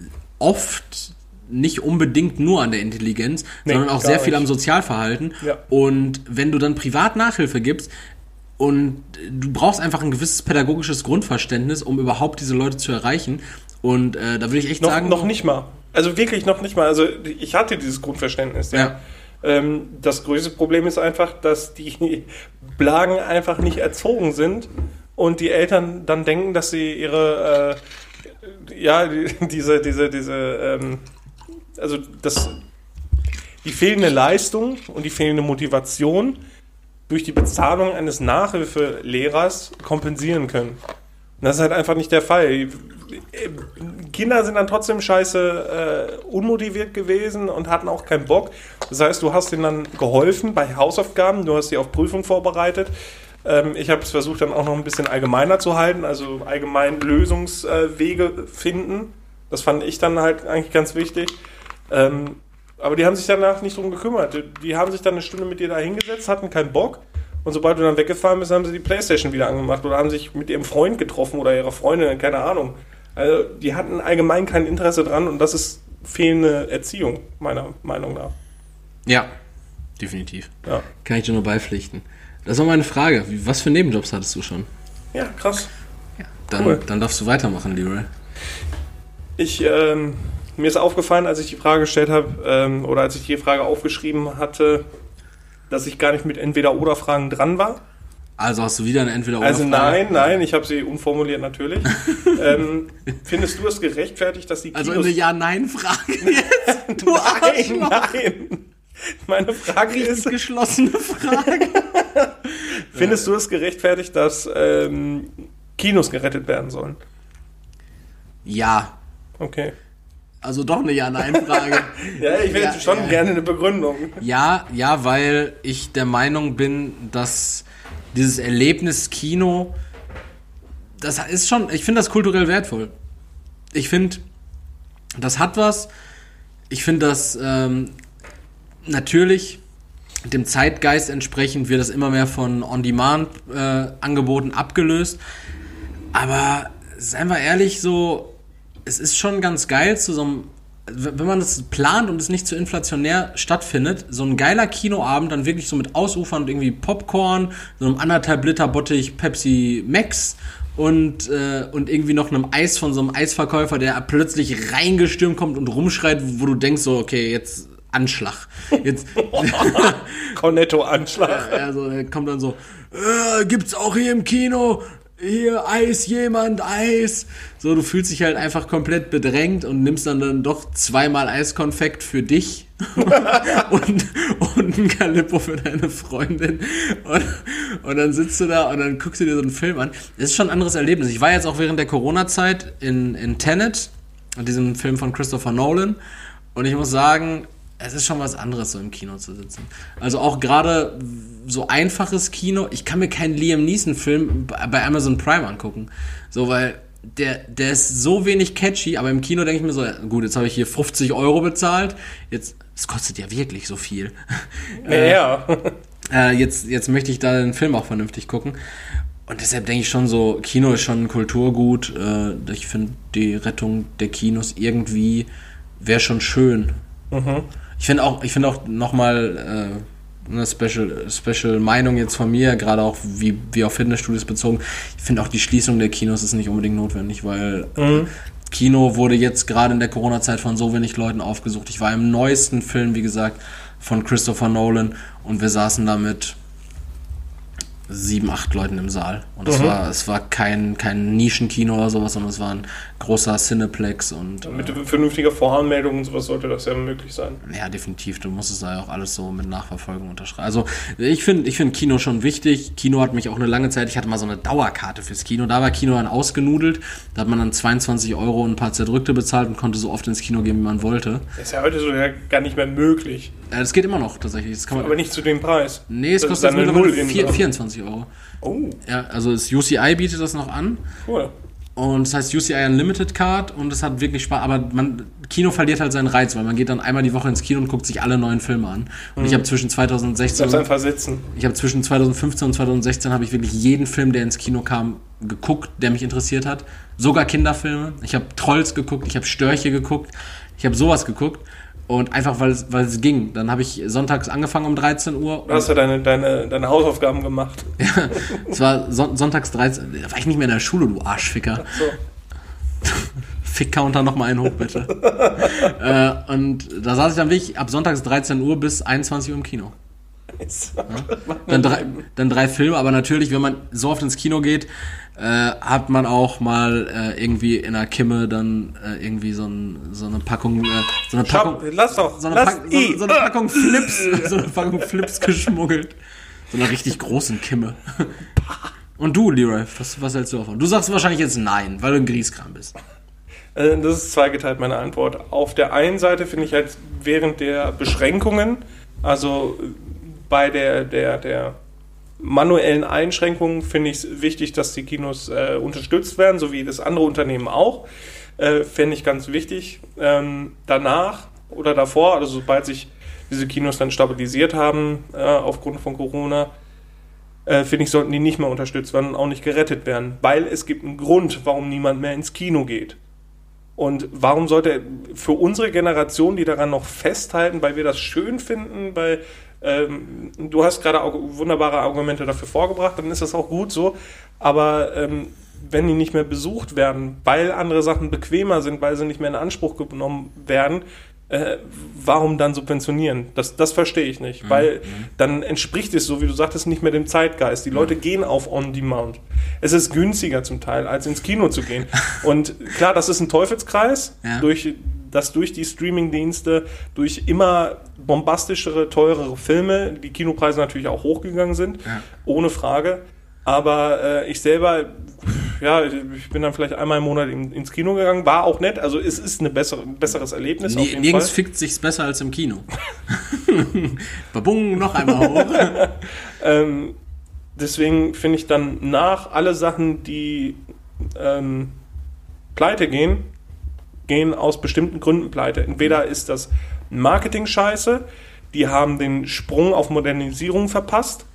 oft nicht unbedingt nur an der Intelligenz, Nee, sondern auch gar sehr viel nicht. am Sozialverhalten. Ja. Und wenn du dann privat Nachhilfe gibst, und du brauchst einfach ein gewisses pädagogisches Grundverständnis, um überhaupt diese Leute zu erreichen. Und äh, da würde ich echt Noch, sagen... noch nicht mal. Also wirklich noch nicht mal. Also ich hatte dieses Grundverständnis. Ja. Ja. Ähm, das größte Problem ist einfach, dass die Blagen einfach nicht erzogen sind und die Eltern dann denken, dass sie ihre, äh, ja, die, diese, diese, diese, ähm, also das, die fehlende Leistung und die fehlende Motivation durch die Bezahlung eines Nachhilfelehrers kompensieren können. Und das ist halt einfach nicht der Fall. Kinder sind dann trotzdem scheiße äh, unmotiviert gewesen und hatten auch keinen Bock. Das heißt, du hast denen dann geholfen bei Hausaufgaben, du hast sie auf Prüfung vorbereitet. Ähm, ich habe es versucht, dann auch noch ein bisschen allgemeiner zu halten, also allgemein Lösungswege finden. Das fand ich dann halt eigentlich ganz wichtig. Ähm, aber die haben sich danach nicht drum gekümmert. Die haben sich dann eine Stunde mit dir da hingesetzt, hatten keinen Bock. Und sobald du dann weggefahren bist, haben sie die Playstation wieder angemacht oder haben sich mit ihrem Freund getroffen oder ihrer Freundin, keine Ahnung. Also die hatten allgemein kein Interesse dran und das ist fehlende Erziehung, meiner Meinung nach. Ja, definitiv. Ja, Kann ich dir nur beipflichten. Das war meine Frage. Wie- Was für Nebenjobs hattest du schon? ja krass. Dann, Cool. dann darfst du weitermachen, Leroy. Ich, ähm, mir ist aufgefallen, als ich die Frage gestellt habe, ähm, oder als ich die Frage aufgeschrieben hatte, dass ich gar nicht mit Entweder-Oder-Fragen dran war. Also hast du wieder eine entweder Also oder nein, nein, ich habe sie umformuliert natürlich. ähm, findest du es gerechtfertigt, dass die Also Kinos... eine Ja-Nein-Frage jetzt. Du nein, Arschloch. nein. Meine Frage Richtig ist, geschlossene Frage. findest du es gerechtfertigt, dass ähm, Kinos gerettet werden sollen? Ja. Okay. Also doch eine Ja-Nein-Frage. Ja, ich will Ja, jetzt schon ja. gerne eine Begründung. Ja, ja, weil ich der Meinung bin, dass dieses Erlebnis Kino, das ist schon, ich finde das kulturell wertvoll. Ich finde, das hat was. Ich finde das ähm, natürlich dem Zeitgeist entsprechend wird das immer mehr von On-Demand-Angeboten abgelöst. Aber seien wir ehrlich, so, es ist schon ganz geil, zu so einem wenn man das plant und es nicht zu inflationär stattfindet, so ein geiler Kinoabend dann wirklich so mit Ausufern und irgendwie Popcorn, so einem anderthalb Liter Bottich Pepsi Max und, äh, und irgendwie noch einem Eis von so einem Eisverkäufer, der plötzlich reingestürmt kommt und rumschreit, wo du denkst so, okay, jetzt Anschlag. Jetzt Cornetto-Anschlag. Also er kommt dann so, äh, gibt's auch hier im Kino hier Eis, jemand Eis. So, du fühlst dich halt einfach komplett bedrängt und nimmst dann, dann doch zweimal Eiskonfekt für dich und, und ein Calippo für deine Freundin. Und, und dann sitzt du da und dann guckst du dir so einen Film an. Das ist schon ein anderes Erlebnis. Ich war jetzt auch während der Corona-Zeit in, in Tenet, diesem Film von Christopher Nolan. Und ich muss sagen, es ist schon was anderes, so im Kino zu sitzen. Also auch gerade so einfaches Kino. Ich kann mir keinen Liam Neeson-Film bei Amazon Prime angucken. So, weil der, der ist so wenig catchy, aber im Kino denke ich mir so, gut, jetzt habe ich hier fünfzig Euro bezahlt. Jetzt, es kostet ja wirklich so viel. Ja. äh, jetzt, jetzt möchte ich da den Film auch vernünftig gucken. Und deshalb denke ich schon so, Kino ist schon ein Kulturgut. Äh, ich finde, die Rettung der Kinos irgendwie wäre schon schön. Mhm. Ich finde auch, ich finde auch nochmal äh, eine Special, Special Meinung jetzt von mir, gerade auch wie, wie auf Fitnessstudios bezogen. Ich finde auch die Schließung der Kinos ist nicht unbedingt notwendig, weil mhm. Kino wurde jetzt gerade in der Corona-Zeit von so wenig Leuten aufgesucht. Ich war im neuesten Film, wie gesagt, von Christopher Nolan und wir saßen da mit sieben, acht Leuten im Saal. Und es mhm. war, es war kein, kein Nischenkino oder sowas, sondern es war ein großer Cineplex. Und mit äh, vernünftiger Voranmeldung und sowas sollte das ja möglich sein. Ja, definitiv. Du musst es da ja auch alles so mit Nachverfolgung unterschreiben. Also ich finde ich finde Kino schon wichtig. Kino hat mich auch eine lange Zeit, ich hatte mal so eine Dauerkarte fürs Kino. Da war Kino dann ausgenudelt. Da hat man dann zweiundzwanzig Euro und ein paar Zerdrückte bezahlt und konnte so oft ins Kino gehen, wie man wollte. Das ist ja heute so ja gar nicht mehr möglich. Ja, das geht immer noch tatsächlich. Das kann man, aber nicht zu dem Preis. Nee, es das kostet jetzt mittlerweile vierundzwanzig Euro. Oh. Ja, also das U C I bietet das noch an. Cool. Und das heißt U C I Unlimited Card und es hat wirklich Spaß. Aber man, Kino verliert halt seinen Reiz, weil man geht dann einmal die Woche ins Kino und guckt sich alle neuen Filme an. Und mhm. ich habe zwischen zweitausendsechzehn und, einfach sitzen. Ich habe zwischen zweitausendfünfzehn und zweitausendsechzehn habe ich wirklich jeden Film, der ins Kino kam, geguckt, der mich interessiert hat. Sogar Kinderfilme. Ich habe Trolls geguckt, ich habe Störche geguckt, ich habe sowas geguckt. Und einfach, weil es, weil es ging. Dann habe ich sonntags angefangen um dreizehn Uhr. Du hast ja deine, deine, deine Hausaufgaben gemacht. Ja, es war son- sonntags dreizehn Uhr. Da war ich nicht mehr in der Schule, du Arschficker. Ach so. Fick-Counter nochmal einen hoch, bitte. äh, und da saß ich dann wirklich ab sonntags dreizehn Uhr bis einundzwanzig Uhr im Kino. Ja? Dann, drei, dann drei Filme, aber natürlich, wenn man so oft ins Kino geht, äh, hat man auch mal äh, irgendwie in der Kimme dann äh, irgendwie so, ein, so eine Packung, äh, so eine Packung, Schau, lass doch, so eine, lass Pack, so, so eine Packung Flips, so eine Packung Flips geschmuggelt, so eine richtig großen Kimme. Und du, Leroy, was, was hältst du davon? Du sagst wahrscheinlich jetzt nein, weil du ein Grieskram bist. Das ist zweigeteilt meine Antwort. Auf der einen Seite finde ich halt während der Beschränkungen, also bei der, der, der manuellen Einschränkungen, finde ich es wichtig, dass die Kinos äh, unterstützt werden, so wie das andere Unternehmen auch. Äh, Fände ich ganz wichtig. Ähm, danach oder davor, also sobald sich diese Kinos dann stabilisiert haben, äh, aufgrund von Corona, äh, finde ich, sollten die nicht mehr unterstützt werden und auch nicht gerettet werden. Weil es gibt einen Grund, warum niemand mehr ins Kino geht. Und warum sollte für unsere Generation, die daran noch festhalten, weil wir das schön finden, weil ähm, du hast gerade auch wunderbare Argumente dafür vorgebracht, dann ist das auch gut so, aber ähm, wenn die nicht mehr besucht werden, weil andere Sachen bequemer sind, weil sie nicht mehr in Anspruch genommen werden, äh, warum dann subventionieren? Das, das verstehe ich nicht, mhm. weil dann entspricht es, so wie du sagtest, nicht mehr dem Zeitgeist. Die Leute mhm. gehen auf On-Demand. Es ist günstiger zum Teil, als ins Kino zu gehen. Und klar, das ist ein Teufelskreis, ja. durch, dass durch die Streaming-Dienste, durch immer bombastischere, teurere Filme, die Kinopreise natürlich auch hochgegangen sind, ja. ohne Frage. Aber äh, ich selber, ja, ich bin dann vielleicht einmal im Monat in, ins Kino gegangen, war auch nett, also es ist eine bessere, ein besseres Erlebnis nee, auf jeden nirgends Fall. fickt sich's besser als im Kino. Babung, noch einmal hoch. ähm, deswegen finde ich dann nach alle Sachen, die ähm, pleite gehen, gehen aus bestimmten Gründen pleite. Entweder ist das Marketing-Scheiße, die haben den Sprung auf Modernisierung verpasst,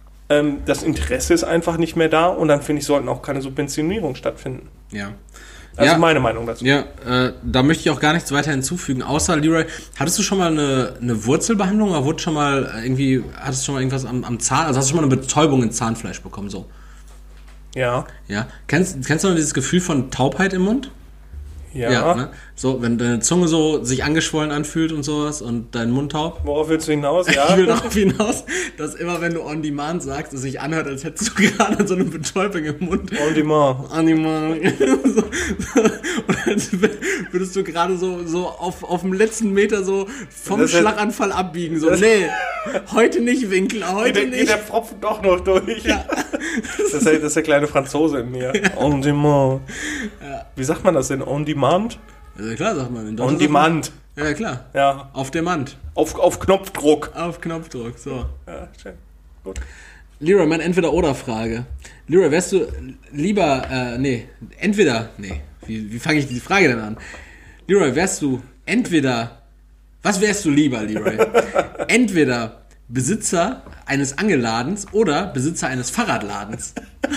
das Interesse ist einfach nicht mehr da und dann finde ich, sollten auch keine Subventionierung stattfinden. Ja, Also Ja. meine Meinung dazu. Ja, äh, da möchte ich auch gar nichts weiter hinzufügen, außer Leroy, hattest du schon mal eine, eine Wurzelbehandlung oder wurde schon mal irgendwie, hattest du schon mal irgendwas am, am Zahn, also hast du schon mal eine Betäubung ins Zahnfleisch bekommen, so? Ja. Ja. Kennst, kennst du noch dieses Gefühl von Taubheit im Mund? Ja. Ne? So, wenn deine Zunge so sich angeschwollen anfühlt und sowas und dein Mund taub. Worauf willst du hinaus? Ja. Ich will darauf hinaus, dass immer, wenn du on demand sagst, es sich anhört, als hättest du gerade so eine Betäubung im Mund. On demand. On demand. so, so, und als würdest du gerade so, so auf, auf dem letzten Meter so vom Das ist- Schlaganfall abbiegen. So, nee, heute nicht, Winkler, heute Geht der, geht nicht. der Pfropfen doch noch durch. Ja. Das, ist der, das ist der kleine Franzose in mir. On demand. Wie sagt man das denn? On demand? Ja, klar, sagt man. In On Deutschland demand. sagt man- Ja, klar. Ja. Auf der Mand. Auf, auf Knopfdruck. Auf Knopfdruck, so. Ja, schön. Gut. Leroy, meine Entweder-Oder-Frage. Leroy, wärst du lieber, äh, nee, entweder, nee, wie, wie fange ich die Frage denn an? Leroy, wärst du entweder, was wärst du lieber, Leroy? Entweder Besitzer eines Angelladens oder Besitzer eines Fahrradladens.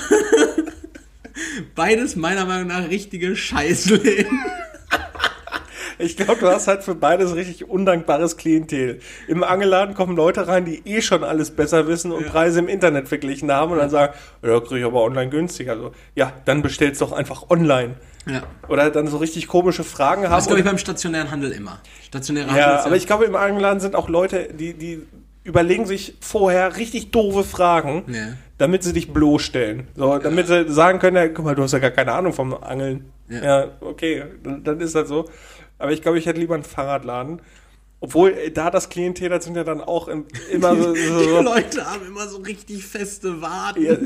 Beides meiner Meinung nach richtige Scheißläden. Ich glaube, du hast halt für beides richtig undankbares Klientel. Im Angelladen kommen Leute rein, die eh schon alles besser wissen und Ja. Preise im Internet verglichen haben und dann sagen, ja, kriege ich aber online günstiger. Also, ja, dann bestellst doch einfach online. Ja. Oder dann so richtig komische Fragen haben. Das glaube ich und- beim stationären Handel immer. Stationärer Handel ja, ist aber ich glaube, im Angelladen sind auch Leute, die, die überlegen sich vorher richtig doofe Fragen, Ja. damit sie dich bloßstellen. So, damit sie sagen können, ja, guck mal, du hast ja gar keine Ahnung vom Angeln. Ja. Ja, okay, dann, dann ist das so. Aber ich glaube, ich hätte lieber einen Fahrradladen. Obwohl, äh, da das Klientel, das sind ja dann auch im, immer so... Die so Leute haben immer so richtig feste Waden. ja,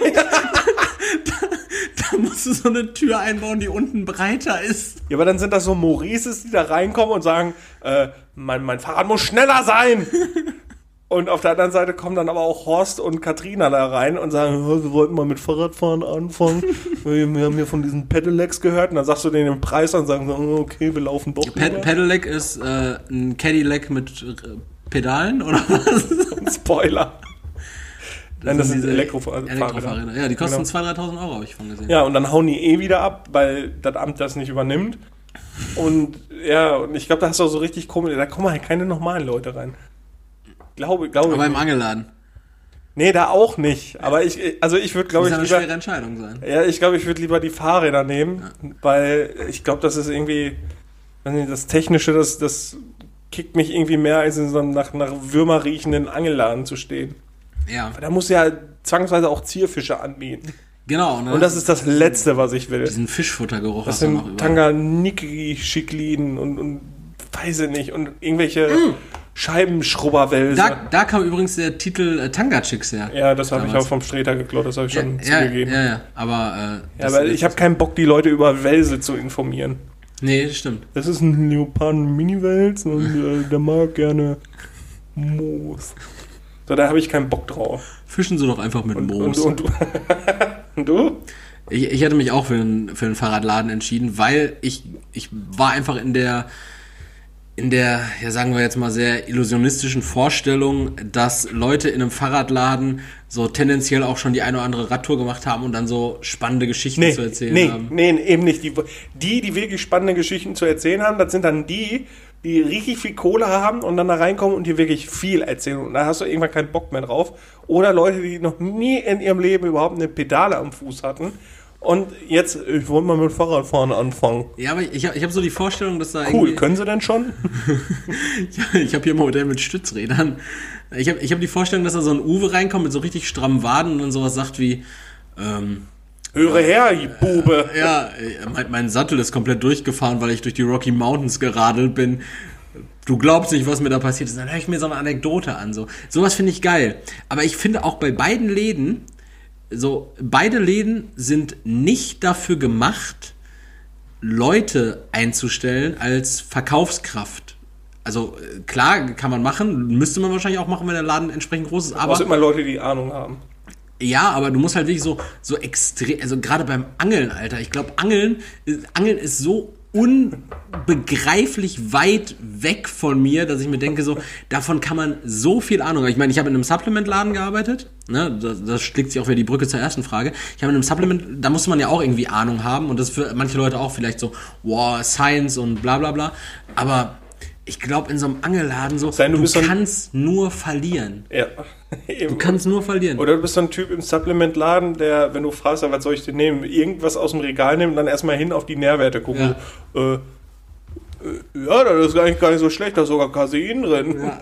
Da musst du so eine Tür einbauen, die unten breiter ist. ja, aber dann sind das so Maurices, die da reinkommen und sagen, äh, mein, mein Fahrrad muss schneller sein. Und auf der anderen Seite kommen dann aber auch Horst und Katrina da rein und sagen, "Ja, wir wollten mal mit Fahrradfahren anfangen. wir wir haben ja von diesen Pedelecs gehört." Und dann sagst du denen den Preis und sagen so, "Oh, okay, wir laufen doch Ped lieber." Pedelec ist äh, ein Cadillac mit äh, Pedalen, oder was? Spoiler. Nein, das sind diese Elektrofahrräder. Elektrofahrräder. Ja, die kosten Genau. zweitausend, dreitausend Euro, habe ich von gesehen. Ja, und dann hauen die eh wieder ab, weil das Amt das nicht übernimmt. Und ja, und ich glaube, da hast du auch so richtig komisch, da kommen halt keine normalen Leute rein. Glaube, glaube Aber ich. im nicht. Angelladen. Nee, da auch nicht. Aber ich, also ich würde, glaube Das ich, muss eine lieber, schwere Entscheidung sein. ja, ich glaube, ich würde lieber die Fahrräder nehmen, weil ich glaube, das ist irgendwie, weiß nicht, das Technische, das, das kickt mich irgendwie mehr, als in so einem nach, nach Würmer riechenden Angelladen zu stehen. Ja, Da muss ja zwangsweise auch Zierfische anbieten. genau. Und, Und das ist das Letzte, was ich will. diesen Fischfuttergeruch Das hast du noch sind überall. Tanganiki-Schikliden und, und weiß ich nicht, und irgendwelche Scheibenschrubberwälse. Da, da kam übrigens der Titel äh, Tanga Chicks her. Ja, das habe ich Damals. auch vom Streter geklaut, das habe ich schon ja, zugegeben. ja, Ja, ja, aber äh, das- aber ich habe keinen Bock, die Leute über Wälse zu informieren. Nee, das stimmt. Das ist ein Leoparden-Mini-Wels und äh, der mag gerne Moos. So, da habe ich keinen Bock drauf. Fischen Sie doch einfach mit Und, Moos. und, und, und du? Ich, ich hätte mich auch für einen, für einen Fahrradladen entschieden, weil ich, ich war einfach in der, in der, ja sagen wir jetzt mal, sehr illusionistischen Vorstellung, dass Leute in einem Fahrradladen so tendenziell auch schon die eine oder andere Radtour gemacht haben und dann so spannende Geschichten Nee, zu erzählen nee, haben. nee, eben nicht. Die, die, die wirklich spannende Geschichten zu erzählen haben, das sind dann die, die richtig viel Kohle haben und dann da reinkommen und dir wirklich viel erzählen. Und da hast du irgendwann keinen Bock mehr drauf. Oder Leute, die noch nie in ihrem Leben überhaupt eine Pedale am Fuß hatten. Und jetzt, ich wollte mal mit Fahrradfahren anfangen. Ja, aber ich habe ich hab so die Vorstellung, dass da Cool, irgendwie... können sie denn schon? Ja, ich habe hier ein Modell mit Stützrädern. Ich habe ich hab die Vorstellung, dass da so ein Uwe reinkommt mit so richtig strammen Waden und dann sowas sagt wie, ähm, Höre her, ihr Bube. ja, äh, mein, mein Sattel ist komplett durchgefahren, weil ich durch die Rocky Mountains geradelt bin. Du glaubst nicht, was mir da passiert ist. Dann höre ich mir so eine Anekdote an. So. Sowas finde ich geil. Aber ich finde auch bei beiden Läden, so, beide Läden sind nicht dafür gemacht, Leute einzustellen als Verkaufskraft. Also äh, klar, kann man machen, müsste man wahrscheinlich auch machen, wenn der Laden entsprechend groß ist, Aber es aber sind immer Leute, die Ahnung haben. Ja, aber du musst halt wirklich so, so extrem, also gerade beim Angeln, Alter, ich glaube, Angeln, Angeln ist so unbegreiflich weit weg von mir, dass ich mir denke, so, davon kann man so viel Ahnung haben. Ich meine, ich habe in einem Supplement-Laden gearbeitet, ne, das, das schlägt sich auch wieder die Brücke zur ersten Frage. Ich habe in einem Supplement, da muss man ja auch irgendwie Ahnung haben und das ist für manche Leute auch vielleicht so, wow, Science und bla bla bla, aber ich glaube, in so einem Angelladen so, Sein, du, du bist so kannst nur verlieren. Ja. Du kannst nur verlieren. Oder du bist so ein Typ im Supplement-Laden, der, wenn du fragst, was soll ich denn nehmen, irgendwas aus dem Regal nehmen und dann erstmal hin auf die Nährwerte gucken. Ja, äh, äh, ja das ist eigentlich gar nicht so schlecht, da ist sogar Casein drin. Ja.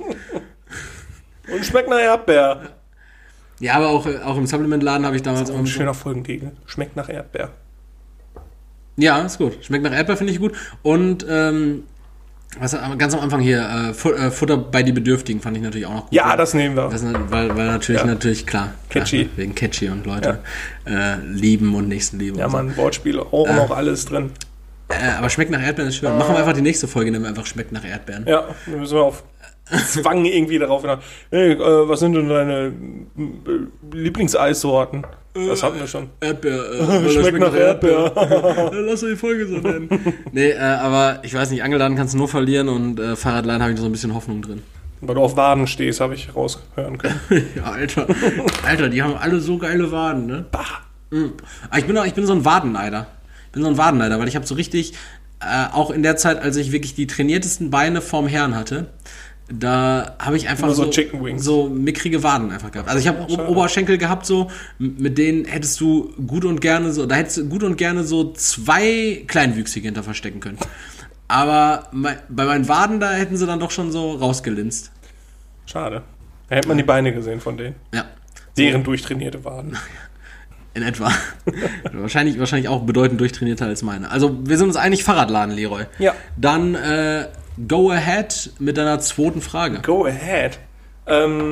Und schmeckt nach Erdbeer. Ja, aber auch, auch im Supplement-Laden habe ich damals... Das ist auch ein schöner Folgentitel. Schmeckt nach Erdbeer. Ja, ist gut. Schmeckt nach Erdbeer, finde ich gut. Und... ähm Was ganz am Anfang hier, äh, Futter bei die Bedürftigen fand ich natürlich auch noch gut. Ja, das nehmen wir. Das, weil, weil natürlich, ja. natürlich, klar. Catchy. Klar, wegen catchy und Leute ja. äh, lieben und Nächstenliebe. Ja, und Mann, so. Wortspiele, auch äh, noch alles drin. Äh, aber schmeckt nach Erdbeeren ist schön. Machen wir einfach die nächste Folge, nehmen wir einfach schmeckt nach Erdbeeren. Ja, dann müssen wir auf Zwang irgendwie darauf hin. Hey, äh, was sind denn deine Lieblingseissorten? Das hatten wir schon. Erdbeer. Äh, schmeckt, schmeckt nach Erdbeer. Erdbeer. Lass doch die Folge so nennen. Nee, äh, aber ich weiß nicht, Angelladen kannst du nur verlieren und äh, Fahrradladen habe ich noch so ein bisschen Hoffnung drin. Weil du auf Waden stehst, habe ich raushören können. Ja, Alter. Alter, die haben alle so geile Waden, ne? Bah. Mhm. Aber ich bin, auch, ich bin so ein Wadenneider. Ich bin so ein Wadenneider, weil ich habe so richtig, äh, auch in der Zeit, als ich wirklich die trainiertesten Beine vorm Herrn hatte, da habe ich einfach so, so, so mickrige Waden einfach gehabt. Also ich habe ja, Oberschenkel gehabt, so, mit denen hättest du gut und gerne so, da hättest du gut und gerne so zwei Kleinwüchsige hinter verstecken können. Aber bei meinen Waden, da hätten sie dann doch schon so rausgelinst. Schade. Da hätte man die Beine gesehen von denen. Ja. Deren so. Durchtrainierte Waden. In etwa. wahrscheinlich, wahrscheinlich auch bedeutend durchtrainierter als meine. Also wir sind uns einig, Fahrradladen, Leroy. Ja. Dann, äh, go ahead mit deiner zweiten Frage. Go ahead. Ähm,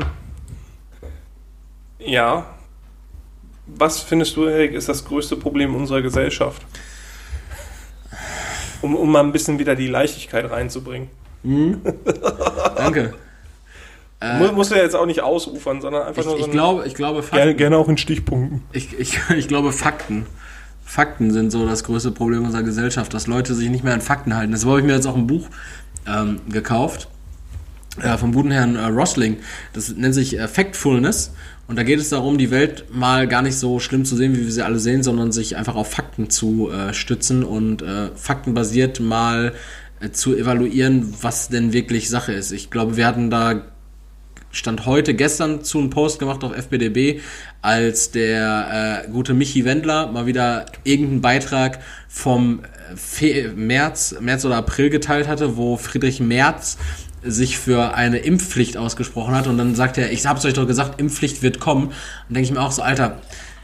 ja. Was findest du, Erik, ist das größte Problem unserer Gesellschaft? Um, um mal ein bisschen wieder die Leichtigkeit reinzubringen. Mhm. Danke. Äh, musst du ja jetzt auch nicht ausufern, sondern einfach ich, nur so ich glaube, ich glaube Fakten. Gerne, gerne auch in Stichpunkten. Ich, ich, ich glaube Fakten. Fakten sind so das größte Problem unserer Gesellschaft, dass Leute sich nicht mehr an Fakten halten. Deshalb habe ich mir jetzt auch ein Buch ähm, gekauft äh, vom guten Herrn äh, Rosling. Das nennt sich äh, Factfulness. Und da geht es darum, die Welt mal gar nicht so schlimm zu sehen, wie wir sie alle sehen, sondern sich einfach auf Fakten zu äh, stützen und äh, faktenbasiert mal äh, zu evaluieren, was denn wirklich Sache ist. Ich glaube, wir hatten da Stand heute, gestern zu einem Post gemacht auf F B D B, als der äh, gute Michi Wendler mal wieder irgendeinen Beitrag vom Fe- März, März oder April geteilt hatte, wo Friedrich Merz sich für eine Impfpflicht ausgesprochen hat und dann sagt er, ich hab's euch doch gesagt, Impfpflicht wird kommen. Und denke ich mir auch so, Alter,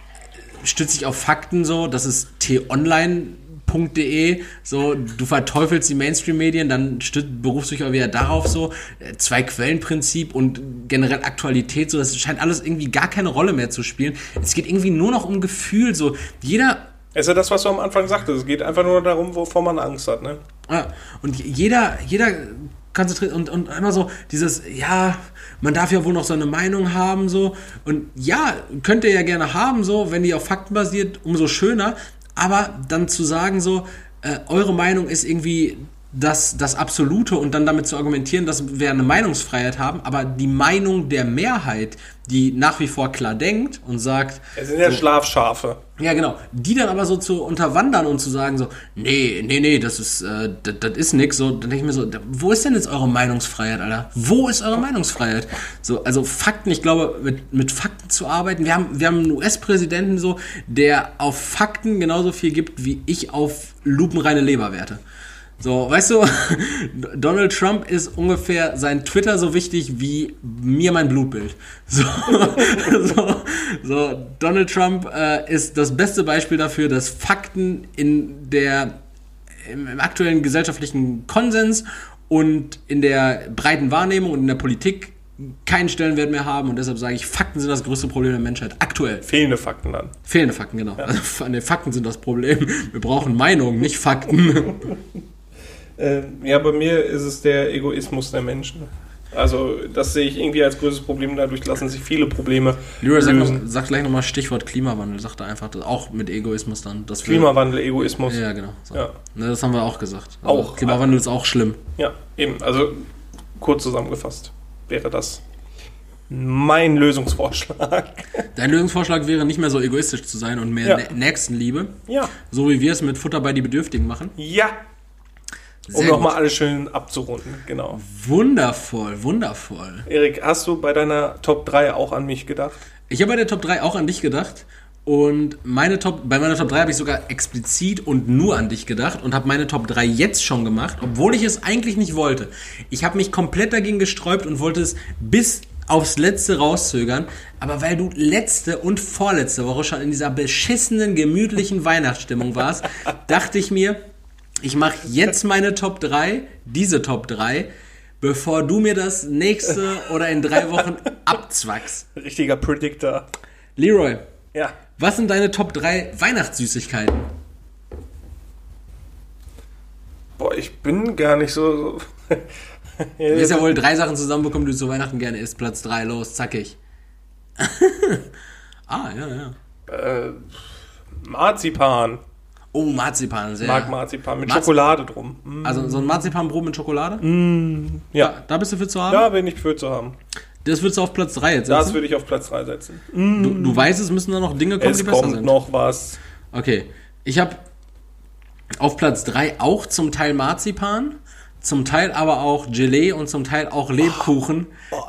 stützt dich auf Fakten so, das ist t-online punkt de, so, du verteufelst die Mainstream-Medien, dann stützt, berufst du dich auch wieder darauf so, Zwei-Quellen-Prinzip und generell Aktualität, so, das scheint alles irgendwie gar keine Rolle mehr zu spielen. Es geht irgendwie nur noch um Gefühl, so, jeder... Es ist ja das, was du am Anfang sagtest, es geht einfach nur darum, wovor man Angst hat, ne? Ja, und jeder, jeder konzentriert und, und immer so dieses, ja, man darf ja wohl noch so eine Meinung haben, so, und ja, könnt ihr ja gerne haben, so, wenn die auf Fakten basiert, umso schöner, aber dann zu sagen so, äh, eure Meinung ist irgendwie das, das Absolute und dann damit zu argumentieren, dass wir eine Meinungsfreiheit haben, aber die Meinung der Mehrheit, die nach wie vor klar denkt und sagt... Es sind ja so, Schlafschafe. Ja, genau. Die dann aber so zu unterwandern und zu sagen so, nee, nee, nee, das ist, äh, das, das ist nix. So, dann denke ich mir so, wo ist denn jetzt eure Meinungsfreiheit, Alter? Wo ist eure Meinungsfreiheit? So, also Fakten, ich glaube, mit, mit Fakten zu arbeiten. Wir haben, wir haben einen U S-Präsidenten so, der auf Fakten genauso viel gibt, wie ich auf lupenreine Leberwerte. So, weißt du, Donald Trump ist ungefähr sein Twitter so wichtig wie mir mein Blutbild. So, so, so Donald Trump äh, ist das beste Beispiel dafür, dass Fakten in der, im, im aktuellen gesellschaftlichen Konsens und in der breiten Wahrnehmung und in der Politik keinen Stellenwert mehr haben und deshalb sage ich, Fakten sind das größte Problem der Menschheit, aktuell. Fehlende Fakten dann. Fehlende Fakten, genau. Ja. Also, an den Fakten sind das Problem. Wir brauchen Meinungen, nicht Fakten. Ja, bei mir ist es der Egoismus der Menschen. Also das sehe ich irgendwie als größtes Problem. Dadurch lassen sich viele Probleme Leroy, sag, noch, lösen. sag gleich nochmal Stichwort Klimawandel. Sag da einfach, das, auch mit Egoismus dann. Dass wir, Klimawandel, Egoismus. Ja, genau. So. Ja. Ne, das haben wir auch gesagt. Also Auch. Klimawandel ist auch schlimm. Ja, eben. Also kurz zusammengefasst wäre das mein Lösungsvorschlag. Dein Lösungsvorschlag wäre, nicht mehr so egoistisch zu sein und mehr Ja. Nä- Nächstenliebe. Ja. So wie wir es mit Futter bei die Bedürftigen machen. Ja. Um Sehr nochmal gut. alles schön abzurunden, genau. Wundervoll, wundervoll. Erik, hast du bei deiner Top drei auch an mich gedacht? Ich habe bei der Top drei auch an dich gedacht. Und meine Top, bei meiner Top drei habe ich sogar explizit und nur an dich gedacht und habe meine Top drei jetzt schon gemacht, obwohl ich es eigentlich nicht wollte. Ich habe mich komplett dagegen gesträubt und wollte es bis aufs Letzte rauszögern, aber weil du letzte und vorletzte Woche schon in dieser beschissenen, gemütlichen Weihnachtsstimmung warst, dachte ich mir, ich mache jetzt meine Top drei, diese Top drei, bevor du mir das nächste oder in drei Wochen abzwackst. Richtiger Predictor. Leroy, Ja. was sind deine Top drei Weihnachtssüßigkeiten? Boah, ich bin gar nicht so... so Du wirst ja wohl drei Sachen zusammenbekommen, die du zu Weihnachten gerne isst. Platz drei, los, zackig. ah, ja, ja. Äh, Marzipan. Oh, Marzipan, sehr. Mag Marzipan mit Marzi- Schokolade drum. Mm. Also so ein Marzipanbrot mit Schokolade? Ja. Da bist du für zu haben? Da bin ich für zu haben. Das würdest du auf Platz drei jetzt Das setzen? würde ich auf Platz drei setzen. Du, du weißt, es müssen da noch Dinge kommen, die Es besser kommt sind. noch was. Okay, ich habe auf Platz drei auch zum Teil Marzipan, zum Teil aber auch Gelee und zum Teil auch Lebkuchen.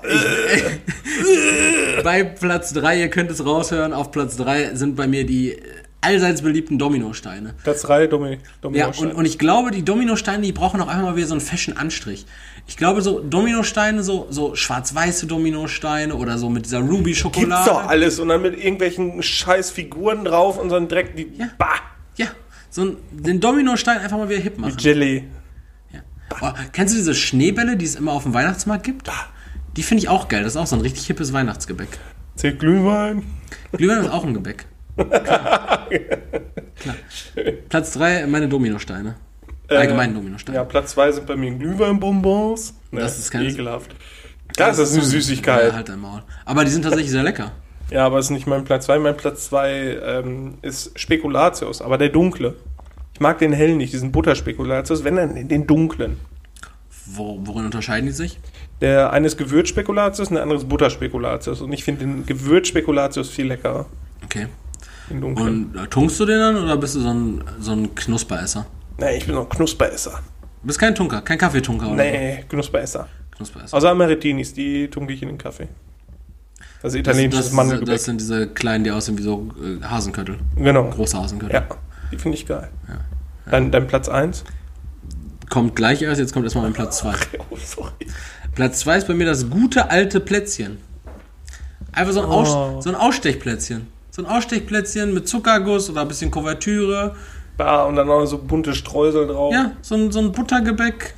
Ich, bei Platz drei, ihr könnt es raushören, auf Platz drei sind bei mir die allseits beliebten Dominosteine. Platz drei, Domi Ja, Dominosteine. und, und ich glaube, die Dominosteine, die brauchen auch einfach mal wieder so einen Fashion-Anstrich. Ich glaube, so Dominosteine, so, so schwarz-weiße Dominosteine oder so mit dieser Ruby-Schokolade. Gibt's doch alles und dann mit irgendwelchen scheiß Figuren drauf und so ein Dreck, die... Ja. Bah! Ja, so ein, den Dominostein einfach mal wieder hip machen. Jelly. Ja. Oh, kennst du diese Schneebälle, die es immer auf dem Weihnachtsmarkt gibt? Die finde ich auch geil. Das ist auch so ein richtig hippes Weihnachtsgebäck. Zählt Glühwein. Glühwein ist auch ein Gebäck. Klar. Klar. Platz drei, meine Dominosteine. Allgemein Dominosteine. Ja, Platz zwei sind bei mir Glühweinbonbons. Ne, Das ist kein- ekelhaft. Das ist eine Ja, Süßigkeit. halt dein Maul. Aber die sind tatsächlich sehr lecker. Ja, aber es ist nicht mein Platz zwei. Mein Platz zwei ähm, ist Spekulatius, aber der dunkle. Ich mag den hellen nicht, diesen Butterspekulatius, wenn dann den dunklen. Wo, worin unterscheiden die sich? Der eine ist Gewürzspekulatius und der andere ist Butterspekulatius. Und ich finde den Gewürzspekulatius viel leckerer. Okay. Den dunklen. Und äh, tunkst du den dann oder bist du so ein, so ein Knusperesser? Nee, ich bin noch Knusperesser. Du bist kein Tunker, kein Kaffeetunker oder Nee, Knusperesser. so? Knusperesser. Außer Amaretinis, die tunke ich in den Kaffee. Das ist italienisches das, Mandelgebäck. das sind diese kleinen, die aussehen wie so äh, Hasenköttel. Genau. Große Hasenköttel. Ja, die finde ich geil. Dein, dein Platz eins? Kommt gleich erst, jetzt kommt erstmal mein Platz zwei. Oh, sorry. Platz zwei ist bei mir das gute alte Plätzchen. Einfach so ein, Aus, Oh. so ein Ausstechplätzchen. So ein Ausstechplätzchen mit Zuckerguss oder ein bisschen Kuvertüre. Bah, und dann noch so bunte Streusel drauf. Ja, so ein, so ein Buttergebäck.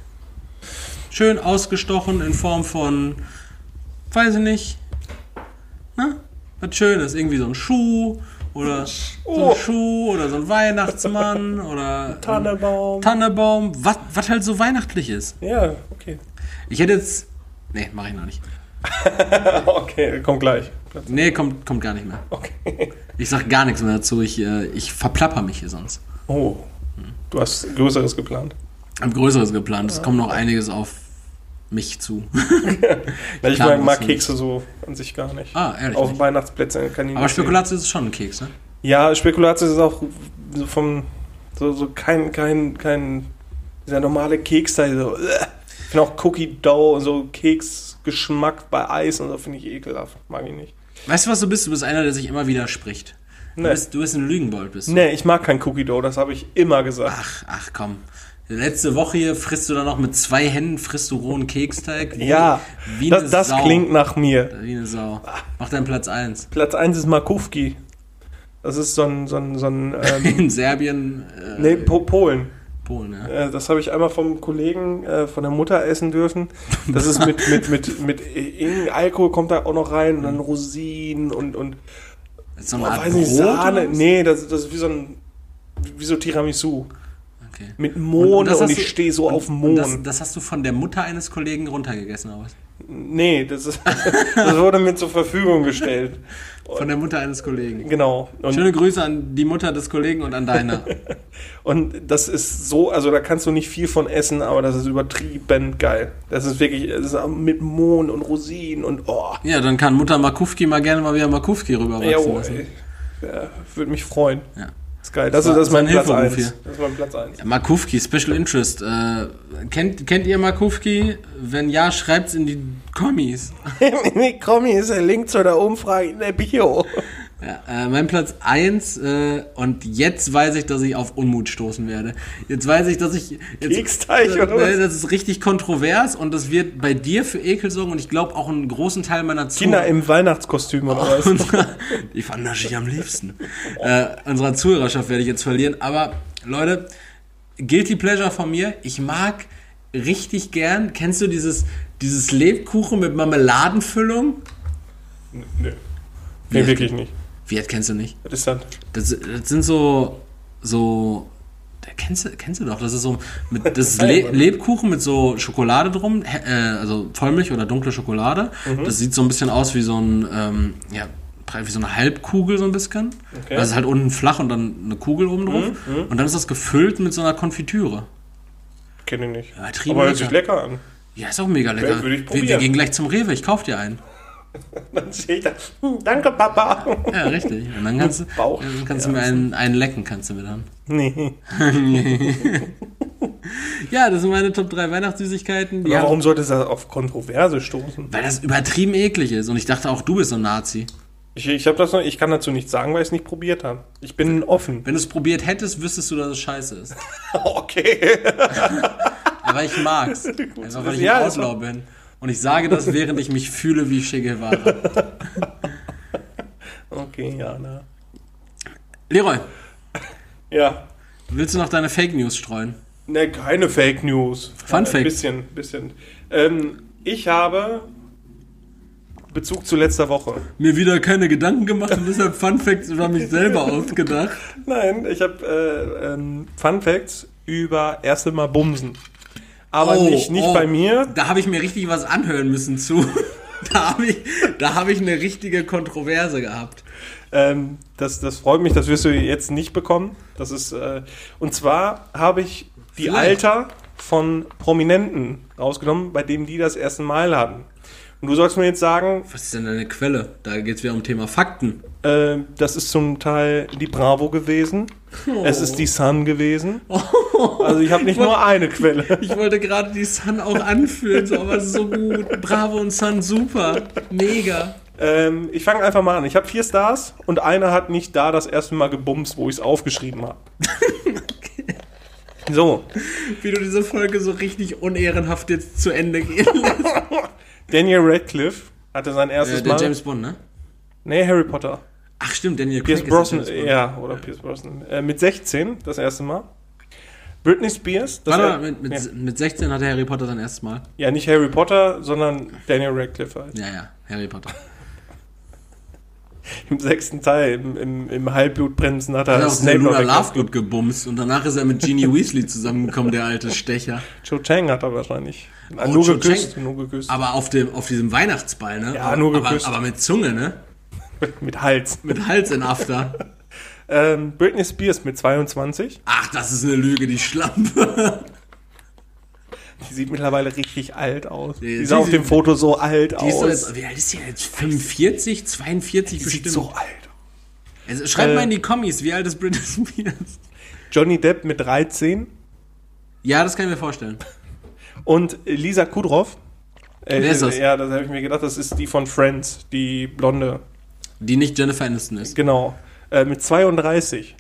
Schön ausgestochen in Form von, weiß ich nicht, na, was Schönes. Irgendwie so ein Schuh oder so Oh. ein Schuh oder so ein Weihnachtsmann oder Tannebaum. Tannebaum. Was, was halt so weihnachtlich ist. Ja, okay. Ich hätte jetzt, nee, mache ich noch nicht. Okay, kommt gleich. Platz- Nee, kommt, kommt gar nicht mehr. Okay. Ich sag gar nichts mehr dazu, ich, äh, ich verplapper mich hier sonst. Oh, du hast Größeres geplant. Ich habe Größeres geplant, es kommt noch einiges auf mich zu. Ja, ich Klar, mag, mag das- Kekse so an sich gar nicht. Ah, ehrlich Auf nicht. Weihnachtsplätzen kann ich Aber nicht sehen. Spekulatius ist schon ein Keks, ne? Ja, Spekulatius ist auch so vom so, so kein, kein, kein dieser normale Keksteil. So, äh. Ich finde auch Cookie Dough und so Keksgeschmack bei Eis und so finde ich ekelhaft. Mag ich nicht. Weißt du, was du bist? Du bist einer, der sich immer widerspricht. Du, Nee. bist, du bist ein Lügenbold, bist du. Nee, ich mag kein Cookie Dough, das habe ich immer gesagt. Ach, ach komm. Letzte Woche hier frisst du dann noch mit zwei Händen, frisst du rohen Keksteig. Wie, Ja, wie das, eine das Sau. klingt nach mir. Wie eine Sau. Mach deinen Platz eins. Platz eins ist Makówki. Das ist so ein, so ein, so ein ähm, In Serbien, äh, nee, po Polen. Polen, ja. Äh, das habe ich einmal vom Kollegen äh, von der Mutter essen dürfen. Das ist mit, mit, mit, mit irgendein Alkohol kommt da auch noch rein und dann Rosinen und, und Ist so eine boah, Art weiß nicht, Brot Sahne. oder was? Nee, das, das ist wie so ein wie so Tiramisu. Okay. Mit Mohn und, das hast ich du- stehe so und- auf und Mohn. Das, das hast du von der Mutter eines Kollegen runtergegessen, oder was? Nee, das, ist, das wurde mir zur Verfügung gestellt. Von der Mutter eines Kollegen. Genau. Und Schöne Grüße an die Mutter des Kollegen und an deine. Und das ist so, also da kannst du nicht viel von essen, aber das ist übertrieben geil. Das ist wirklich, das ist mit Mohn und Rosinen und oh. Ja, dann kann Mutter Makufki mal gerne mal wieder Makufki rüberwachsen Jo, lassen. ey. Ja, würde mich freuen. Ja. Das ist geil. Das, Das ist, war- das ist mein das war ein Platz Hilferuf eins. hier. Das ist mein Platz eins. Ja, Makufki, Special Interest. Äh, kennt, kennt ihr Makufki? Wenn ja, schreibt's in die Kommis. Komm, hier ist der Link zu der Umfrage in der Bio. Ja, äh, mein Platz eins äh, und jetzt weiß ich, dass ich auf Unmut stoßen werde. Jetzt weiß ich, dass ich... Jetzt, Keksteig, oder äh, was? Das ist richtig kontrovers und das wird bei dir für Ekel sorgen und ich glaube auch einen großen Teil meiner Kinder Zuhörer... im Weihnachtskostüm oder was? Die vernasche ich am liebsten. äh, unserer Zuhörerschaft werde ich jetzt verlieren. Aber Leute, Guilty Pleasure von mir, ich mag richtig gern, kennst du dieses, dieses Lebkuchen mit Marmeladenfüllung? Nö. Nee, Wie- wirklich nicht. Wie, das kennst du nicht? Was ist das? Das, das sind so, so, da kennst du, kennst du doch, das ist so, mit, das ist Le Lebkuchen mit so Schokolade drum, hä- äh, also Vollmilch oder dunkle Schokolade. Das sieht so ein bisschen aus wie so ein, ähm, ja, wie so eine Halbkugel so ein bisschen. Okay. Also es ist halt unten flach und dann eine Kugel oben drauf. Und dann ist das gefüllt mit so einer Konfitüre. Kenn ich nicht. Übertrieben Aber hört sich lecker. lecker an. Ja, ist auch mega lecker. Würde ich wir, wir probieren. gehen gleich zum Rewe, ich kauf dir einen. Dann stehe ich da. hm, Danke, Papa. Ja, richtig. Und dann kannst, du- Bauch. dann kannst du mir einen, einen lecken, kannst du mir dann. Nee. Ja, das sind meine Top drei Weihnachtssüßigkeiten. Die Aber haben- warum sollte das auf Kontroverse stoßen? Weil das übertrieben eklig ist. Und ich dachte auch, du bist so ein Nazi. Ich, ich, hab das noch, ich kann dazu nichts sagen, weil ich es nicht probiert habe. Ich bin offen. Wenn du es probiert hättest, wüsstest du, dass es scheiße ist. Okay. Aber ich mag's. Einfach weil ich Ja, ein ist Outlaw bin. Und ich sage das, während ich mich fühle wie Che Guevara. Okay, ja, na. Leroy, Ja. willst du noch deine Fake News streuen? Ne, keine Fake News. Fun Ein Fact. bisschen, bisschen. Ähm, ich habe Bezug zu letzter Woche. Mir wieder keine Gedanken gemacht und deshalb Fun Facts über mich selber ausgedacht. Nein, ich habe äh, ähm, Fun Facts über erste Mal Bumsen. Aber Oh, nicht, nicht oh, bei mir. Da habe ich mir richtig was anhören müssen zu. Da habe ich, da hab ich eine richtige Kontroverse gehabt. Ähm, das, das freut mich, das wirst du jetzt nicht bekommen. Das ist, äh, und zwar habe ich die Vielleicht. Alter von Prominenten rausgenommen, bei denen die das erste Mal hatten. Und du sollst mir jetzt sagen, Was ist denn deine Quelle? Da geht es wieder um Thema Fakten. äh, das ist zum Teil die Bravo gewesen, es ist die Sun gewesen. Also ich habe nicht nur eine Quelle. Ich wollte gerade die Sun auch anfühlen, so, aber es ist so gut. Bravo und Sun, super. Mega. Ähm, ich fange einfach mal an. Ich habe vier Stars und einer hat nicht da das erste Mal gebumst, wo ich es aufgeschrieben habe. So, Wie du diese Folge so richtig unehrenhaft jetzt zu Ende gehen lässt. Daniel Radcliffe hatte sein erstes Äh, der Mal. James Bond, ne? Nee, Harry Potter. Ach stimmt, Daniel Pierce Craig ist Brosnan, der James Bond. ja, oder Pierce Brosnan. Äh, mit sechzehn, das erste Mal. Britney Spears. Das Warte er- mal, mit, mit, ja. mit sechzehn hatte Harry Potter sein erstes Mal. ja, nicht Harry Potter, sondern Daniel Radcliffe halt. Ja, ja, Harry Potter. Im sechsten Teil, im, im, im Halbblutprinzen hat er Er hat auch Snape Luna noch Lovegood gebumst und danach ist er mit Ginny Weasley zusammengekommen, der alte Stecher. Cho Chang hat er wahrscheinlich. Oh, nur Cho geküsst, Chang. nur geküsst. Aber auf, dem, auf diesem Weihnachtsball, ne? Ja, nur aber, geküsst. aber mit Zunge, ne? Mit Hals. Mit Hals in After. Ähm, Britney Spears mit zweiundzwanzig. Ach, das ist eine Lüge, die Schlampe. Die sieht mittlerweile richtig alt aus. Ja, Die die sah auf sieht- dem Foto so alt Die ist aus. doch jetzt, wie alt ist die jetzt? fünfundvierzig, zweiundvierzig Die sieht bestimmt. so alt aus. Also, schreibt Äh, mal in die Kommis, wie alt ist Britney Spears? Johnny Depp mit dreizehn. Ja, das kann ich mir vorstellen. Und Lisa Kudrow. Äh, Wer ist das? Ja, das habe ich mir gedacht. Das ist die von Friends, die Blonde. Die nicht Jennifer Aniston ist. Genau. Äh, mit zweiunddreißig.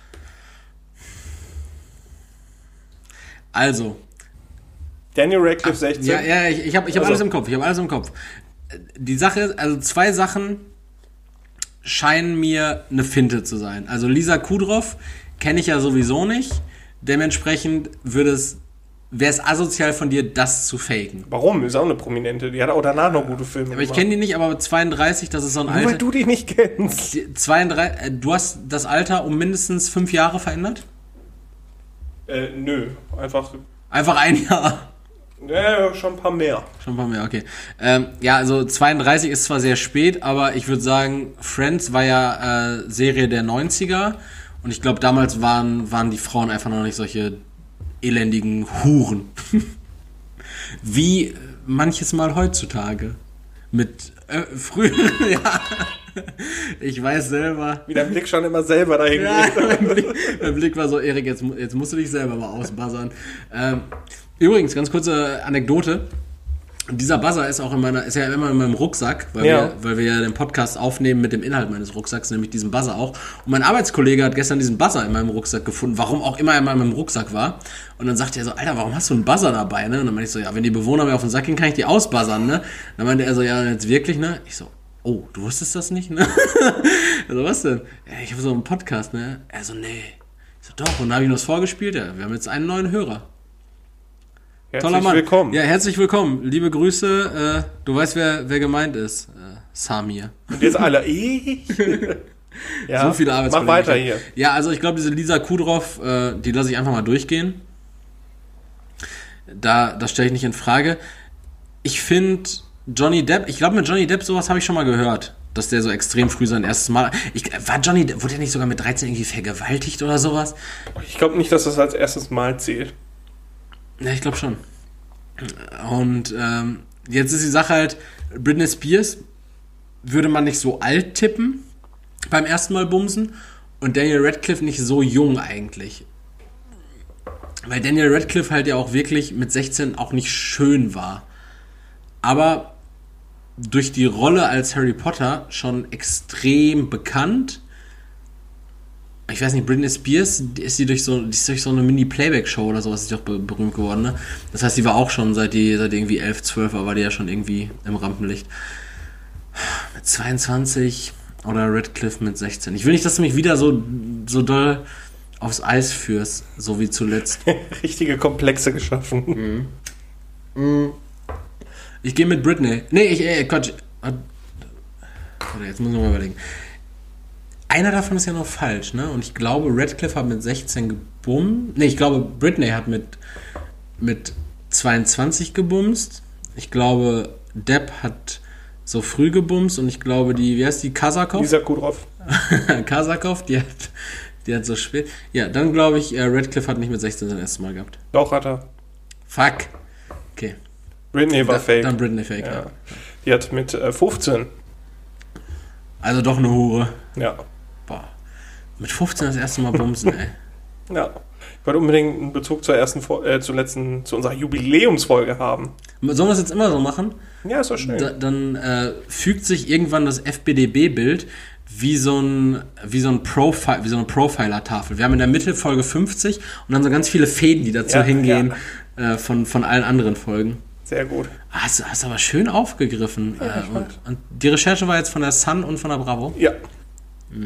Also, Daniel Radcliffe sechzehn. ja, ja, ich, ich habe ich hab Also. alles im Kopf, ich habe alles im Kopf. Die Sache ist, also zwei Sachen scheinen mir eine Finte zu sein. Also Lisa Kudrow kenne ich ja sowieso nicht. Dementsprechend würde es, wäre es asozial von dir, das zu faken. Warum? Ist auch eine Prominente. Die hat auch danach noch gute Filme Aber ich kenne die nicht, aber zweiunddreißig, das ist so ein Nur weil Alter. du die nicht kennst. Die- zweiunddreißig, äh, du hast das Alter um mindestens fünf Jahre verändert? Äh, nö. Einfach. Einfach ein Jahr. Ja, schon ein paar mehr. Schon ein paar mehr, okay. Ähm, ja, also zweiunddreißig ist zwar sehr spät, aber ich würde sagen, Friends war ja äh, Serie der neunziger und ich glaube, damals waren, waren die Frauen einfach noch nicht solche elendigen Huren. Wie manches Mal heutzutage. Mit äh, früher, ja. Ich weiß selber. Wie dein Blick schon immer selber dahin Ja, geht. mein, Blick, mein Blick war so, Erik, jetzt, jetzt musst du dich selber mal ausbuzzern. Ähm, übrigens, ganz kurze Anekdote. Dieser Buzzer ist auch in meiner, ist ja immer in meinem Rucksack, weil, ja. wir, weil wir ja den Podcast aufnehmen mit dem Inhalt meines Rucksacks, nämlich diesem Buzzer auch. Und mein Arbeitskollege hat gestern diesen Buzzer in meinem Rucksack gefunden, warum auch immer er mal in meinem Rucksack war. Und dann sagte er so, Alter, warum hast du einen Buzzer dabei, ne? Und dann meinte ich so, ja, wenn die Bewohner mir auf den Sack gehen, kann ich die ausbuzzern, ne? Dann meinte er so, ja, jetzt wirklich, ne? Ich so, oh, du wusstest das nicht, ne? Also, was denn? Ja, ich habe so einen Podcast, ne? Er so, nee. Ich so, doch. Und dann habe ich ihm das vorgespielt, ja, wir haben jetzt einen neuen Hörer. Herzlich Toller Mann. willkommen. Ja, herzlich willkommen. Liebe Grüße. Äh, du weißt, wer, wer gemeint ist. Äh, Samir. Und jetzt alle, ich. Ja, so viele Arbeitskollegen. Mach weiter hier. Ja, also ich glaube, diese Lisa Kudrow, äh, die lasse ich einfach mal durchgehen. Da, das stelle ich nicht in Frage. Ich finde Johnny Depp, ich glaube mit Johnny Depp, sowas habe ich schon mal gehört. Dass der so extrem früh sein erstes Mal... Ich, war Johnny Depp, wurde er nicht sogar mit dreizehn irgendwie vergewaltigt oder sowas? Ich glaube nicht, dass das als erstes Mal zählt. Ja, ich glaube schon. Und ähm, jetzt ist die Sache halt, Britney Spears würde man nicht so alt tippen beim ersten Mal bumsen und Daniel Radcliffe nicht so jung eigentlich. Weil Daniel Radcliffe halt ja auch wirklich mit sechzehn auch nicht schön war. Aber durch die Rolle als Harry Potter schon extrem bekannt. Ich weiß nicht, Britney Spears, ist die durch so, die ist durch so eine Mini-Playback-Show oder sowas, ist die auch be- berühmt geworden, ne? Das heißt, die war auch schon, seit die, seit die irgendwie elf, zwölf war, war die ja schon irgendwie im Rampenlicht. Mit zweiundzwanzig oder Radcliffe mit sechzehn. Ich will nicht, dass du mich wieder so, so doll aufs Eis führst, so wie zuletzt. Richtige Komplexe geschaffen. Mhm. Mhm. Ich gehe mit Britney. Nee, ich, äh, Quatsch. Warte, jetzt muss ich noch mal überlegen. Einer davon ist ja noch falsch, ne? Und ich glaube, Radcliffe hat mit sechzehn gebumst. Ne, ich glaube, Britney hat mit, mit zweiundzwanzig gebumst. Ich glaube, Depp hat so früh gebumst. Und ich glaube, die, wie heißt die, Kasakov? Lisa Kudrow. Kasakov, die hat, die hat so spät. Ja, dann glaube ich, äh, Radcliffe hat nicht mit sechzehn sein erstes Mal gehabt. Doch, hat er. Fuck. Okay. Britney war da, fake. Dann Britney fake, ja. ja. Die hat mit äh, fünfzehn. Also doch eine Hure. Ja. Boah. Mit fünfzehn das erste Mal bumsen, ey. Ja. Ich wollte unbedingt einen Bezug zur ersten, äh, zur letzten, zu unserer Jubiläumsfolge haben. Sollen wir das jetzt immer so machen? Ja, ist doch schön. Da, dann äh, fügt sich irgendwann das F B D B-Bild wie so ein, wie so ein Profil, wie so eine Profiler-Tafel. Wir haben in der Mitte Folge fünfzig und dann so ganz viele Fäden, die dazu ja, hingehen, ja. Äh, von, von allen anderen Folgen. Sehr gut. Ah, hast du hast aber schön aufgegriffen. Ja, äh, und, und die Recherche war jetzt von der Sun und von der Bravo? Ja. Mhm.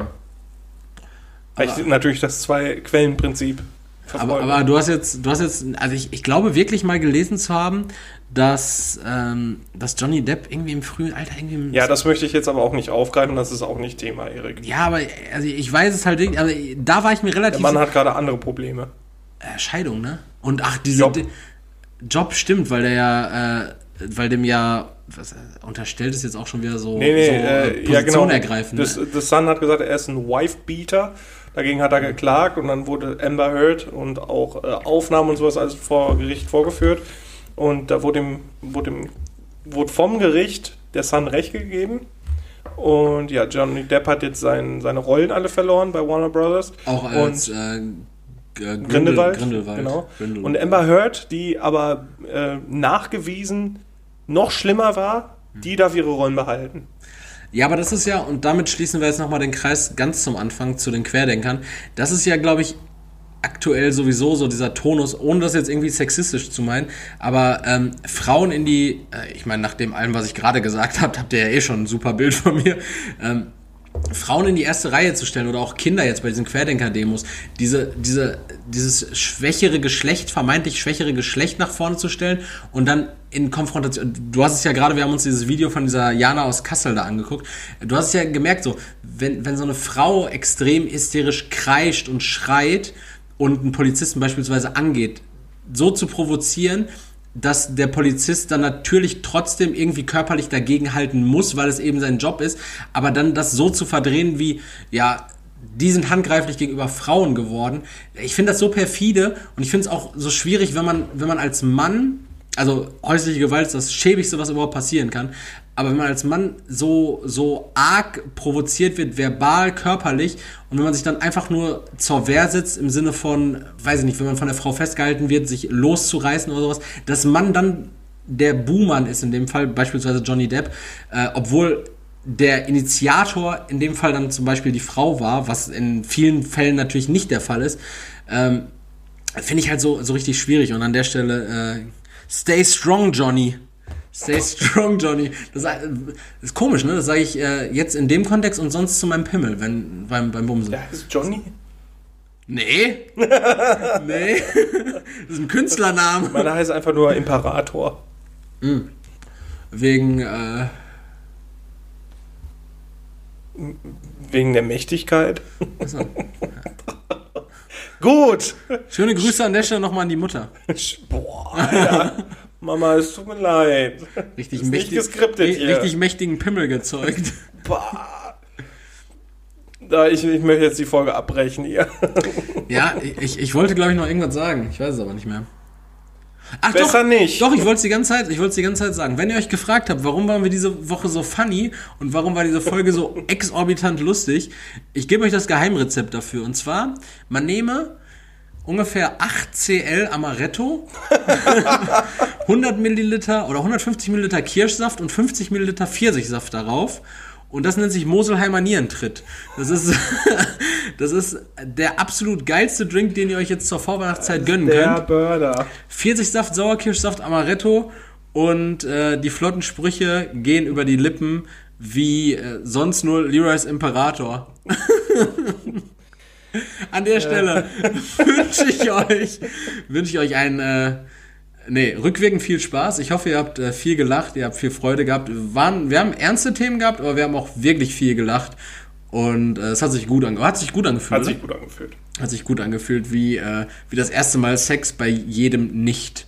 Weil ich natürlich das Zwei-Quellen-Prinzip aber, aber du hast jetzt, du hast jetzt, also ich, ich glaube wirklich mal gelesen zu haben, dass, ähm, dass Johnny Depp irgendwie im frühen Alter irgendwie... Im ja, das möchte ich jetzt aber auch nicht aufgreifen, das ist auch nicht Thema, Erik. Ja, aber also ich weiß es halt wirklich, also da war ich mir relativ... Der Mann hat gerade andere Probleme. Äh, Scheidung, ne? Und ach, diese... Job, die, Job stimmt, weil der ja, äh, weil dem ja, was, äh, unterstellt ist jetzt auch schon wieder so, nee, nee, so äh, Position ja, genau. ergreifen. Das, das Sun hat gesagt, er ist ein Wife-Beater. Dagegen hat er geklagt und dann wurde Amber Heard und auch äh, Aufnahmen und sowas alles vor Gericht vorgeführt. Und da wurde, ihm, wurde, ihm, wurde vom Gericht der Sun Recht gegeben. Und ja, Johnny Depp hat jetzt sein, seine Rollen alle verloren bei Warner Brothers. Auch als und, äh, Grindel, Grindelwald, Grindelwald. Genau. Grindelwald. Und Amber Heard, die aber äh, nachgewiesen noch schlimmer war, die darf ihre Rollen behalten. Ja, aber das ist ja, und damit schließen wir jetzt nochmal den Kreis ganz zum Anfang zu den Querdenkern. Das ist ja, glaube ich, aktuell sowieso so dieser Tonus, ohne das jetzt irgendwie sexistisch zu meinen, aber ähm, Frauen in die, äh, ich meine, nach dem allem, was ich gerade gesagt habe, habt ihr ja eh schon ein super Bild von mir, ähm, Frauen in die erste Reihe zu stellen oder auch Kinder jetzt bei diesen Querdenker-Demos, diese, diese, dieses schwächere Geschlecht, vermeintlich schwächere Geschlecht nach vorne zu stellen und dann in Konfrontation, du hast es ja gerade, wir haben uns dieses Video von dieser Jana aus Kassel da angeguckt, du hast es ja gemerkt, so, wenn, wenn so eine Frau extrem hysterisch kreischt und schreit und einen Polizisten beispielsweise angeht, so zu provozieren, dass der Polizist dann natürlich trotzdem irgendwie körperlich dagegenhalten muss, weil es eben sein Job ist, aber dann das so zu verdrehen wie, ja, die sind handgreiflich gegenüber Frauen geworden. Ich finde das so perfide und ich finde es auch so schwierig, wenn man, wenn man als Mann, also häusliche Gewalt ist das Schäbigste, was überhaupt passieren kann, aber wenn man als Mann so, so arg provoziert wird, verbal, körperlich, und wenn man sich dann einfach nur zur Wehr setzt, im Sinne von, weiß ich nicht, wenn man von der Frau festgehalten wird, sich loszureißen oder sowas, dass man dann der Buhmann ist, in dem Fall beispielsweise Johnny Depp, äh, obwohl der Initiator in dem Fall dann zum Beispiel die Frau war, was in vielen Fällen natürlich nicht der Fall ist, ähm, finde ich halt so, so richtig schwierig. Und an der Stelle, äh, stay strong, Johnny. Stay strong, Johnny. Das ist komisch, ne? Das sage ich äh, jetzt in dem Kontext und sonst zu meinem Pimmel, wenn beim, beim Bumsen. Der heißt Johnny? Nee. Nee. Das ist ein Künstlername. Meiner heißt einfach nur Imperator. Mhm. Wegen, äh... Wegen der Mächtigkeit. Achso. Ja. Gut. Schöne Grüße an der Stelle nochmal an die Mutter. Boah, ja. Mama, es tut mir leid. Richtig, ist mächtig, nicht geskriptet richtig, hier. richtig mächtigen Pimmel gezeugt. Boah. Da, ich, ich möchte jetzt die Folge abbrechen hier. Ja, ich, ich wollte, glaube ich, noch irgendwas sagen. Ich weiß es aber nicht mehr. Ach, Besser doch, nicht. Doch, ich wollte es die ganze Zeit, ich wollte es die ganze Zeit sagen. Wenn ihr euch gefragt habt, warum waren wir diese Woche so funny und warum war diese Folge so exorbitant lustig, ich gebe euch das Geheimrezept dafür. Und zwar, man nehme ungefähr acht Centiliter Amaretto, hundert Milliliter oder hundertfünfzig Milliliter Kirschsaft und fünfzig Milliliter Pfirsichsaft darauf. Und das nennt sich Moselheimer Nierentritt. Das ist, das ist der absolut geilste Drink, den ihr euch jetzt zur Vorweihnachtszeit gönnen Der könnt. Burger. Pfirsichsaft, Sauerkirschsaft, Amaretto und äh, die flotten Sprüche gehen über die Lippen wie äh, sonst nur Leroy's Imperator. An der Stelle wünsche ich euch, wünsche ich euch einen, äh, nee, rückwirkend viel Spaß. Ich hoffe, ihr habt äh, viel gelacht, ihr habt viel Freude gehabt. Wir, waren, wir haben ernste Themen gehabt, aber wir haben auch wirklich viel gelacht. Und äh, es hat sich gut, ange- hat sich gut angefühlt. Hat sich gut angefühlt. Hat sich gut angefühlt, wie, äh, wie das erste Mal Sex bei jedem nicht.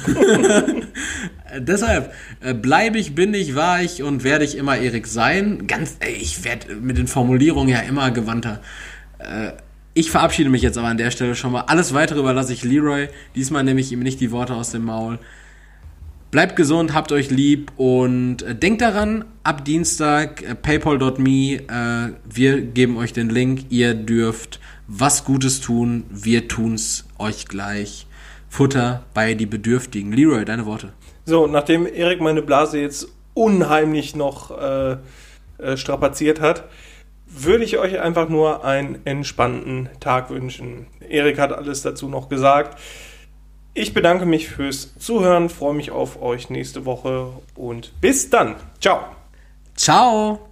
Deshalb äh, bleibe ich, bin ich, war ich und werde ich immer Erik sein. Ganz, ey, ich werde mit den Formulierungen ja immer gewandter. Äh, ich verabschiede mich jetzt aber an der Stelle schon mal. Alles Weitere überlasse ich Leroy. Diesmal nehme ich ihm nicht die Worte aus dem Maul. Bleibt gesund, habt euch lieb und äh, denkt daran, ab Dienstag äh, paypal Punkt me, äh, wir geben euch den Link, ihr dürft was Gutes tun, wir tun's euch gleich. Futter bei die Bedürftigen. Leroy, deine Worte. So, nachdem Erik meine Blase jetzt unheimlich noch äh, äh, strapaziert hat, würde ich euch einfach nur einen entspannten Tag wünschen. Erik hat alles dazu noch gesagt. Ich bedanke mich fürs Zuhören, freue mich auf euch nächste Woche und bis dann. Ciao. Ciao.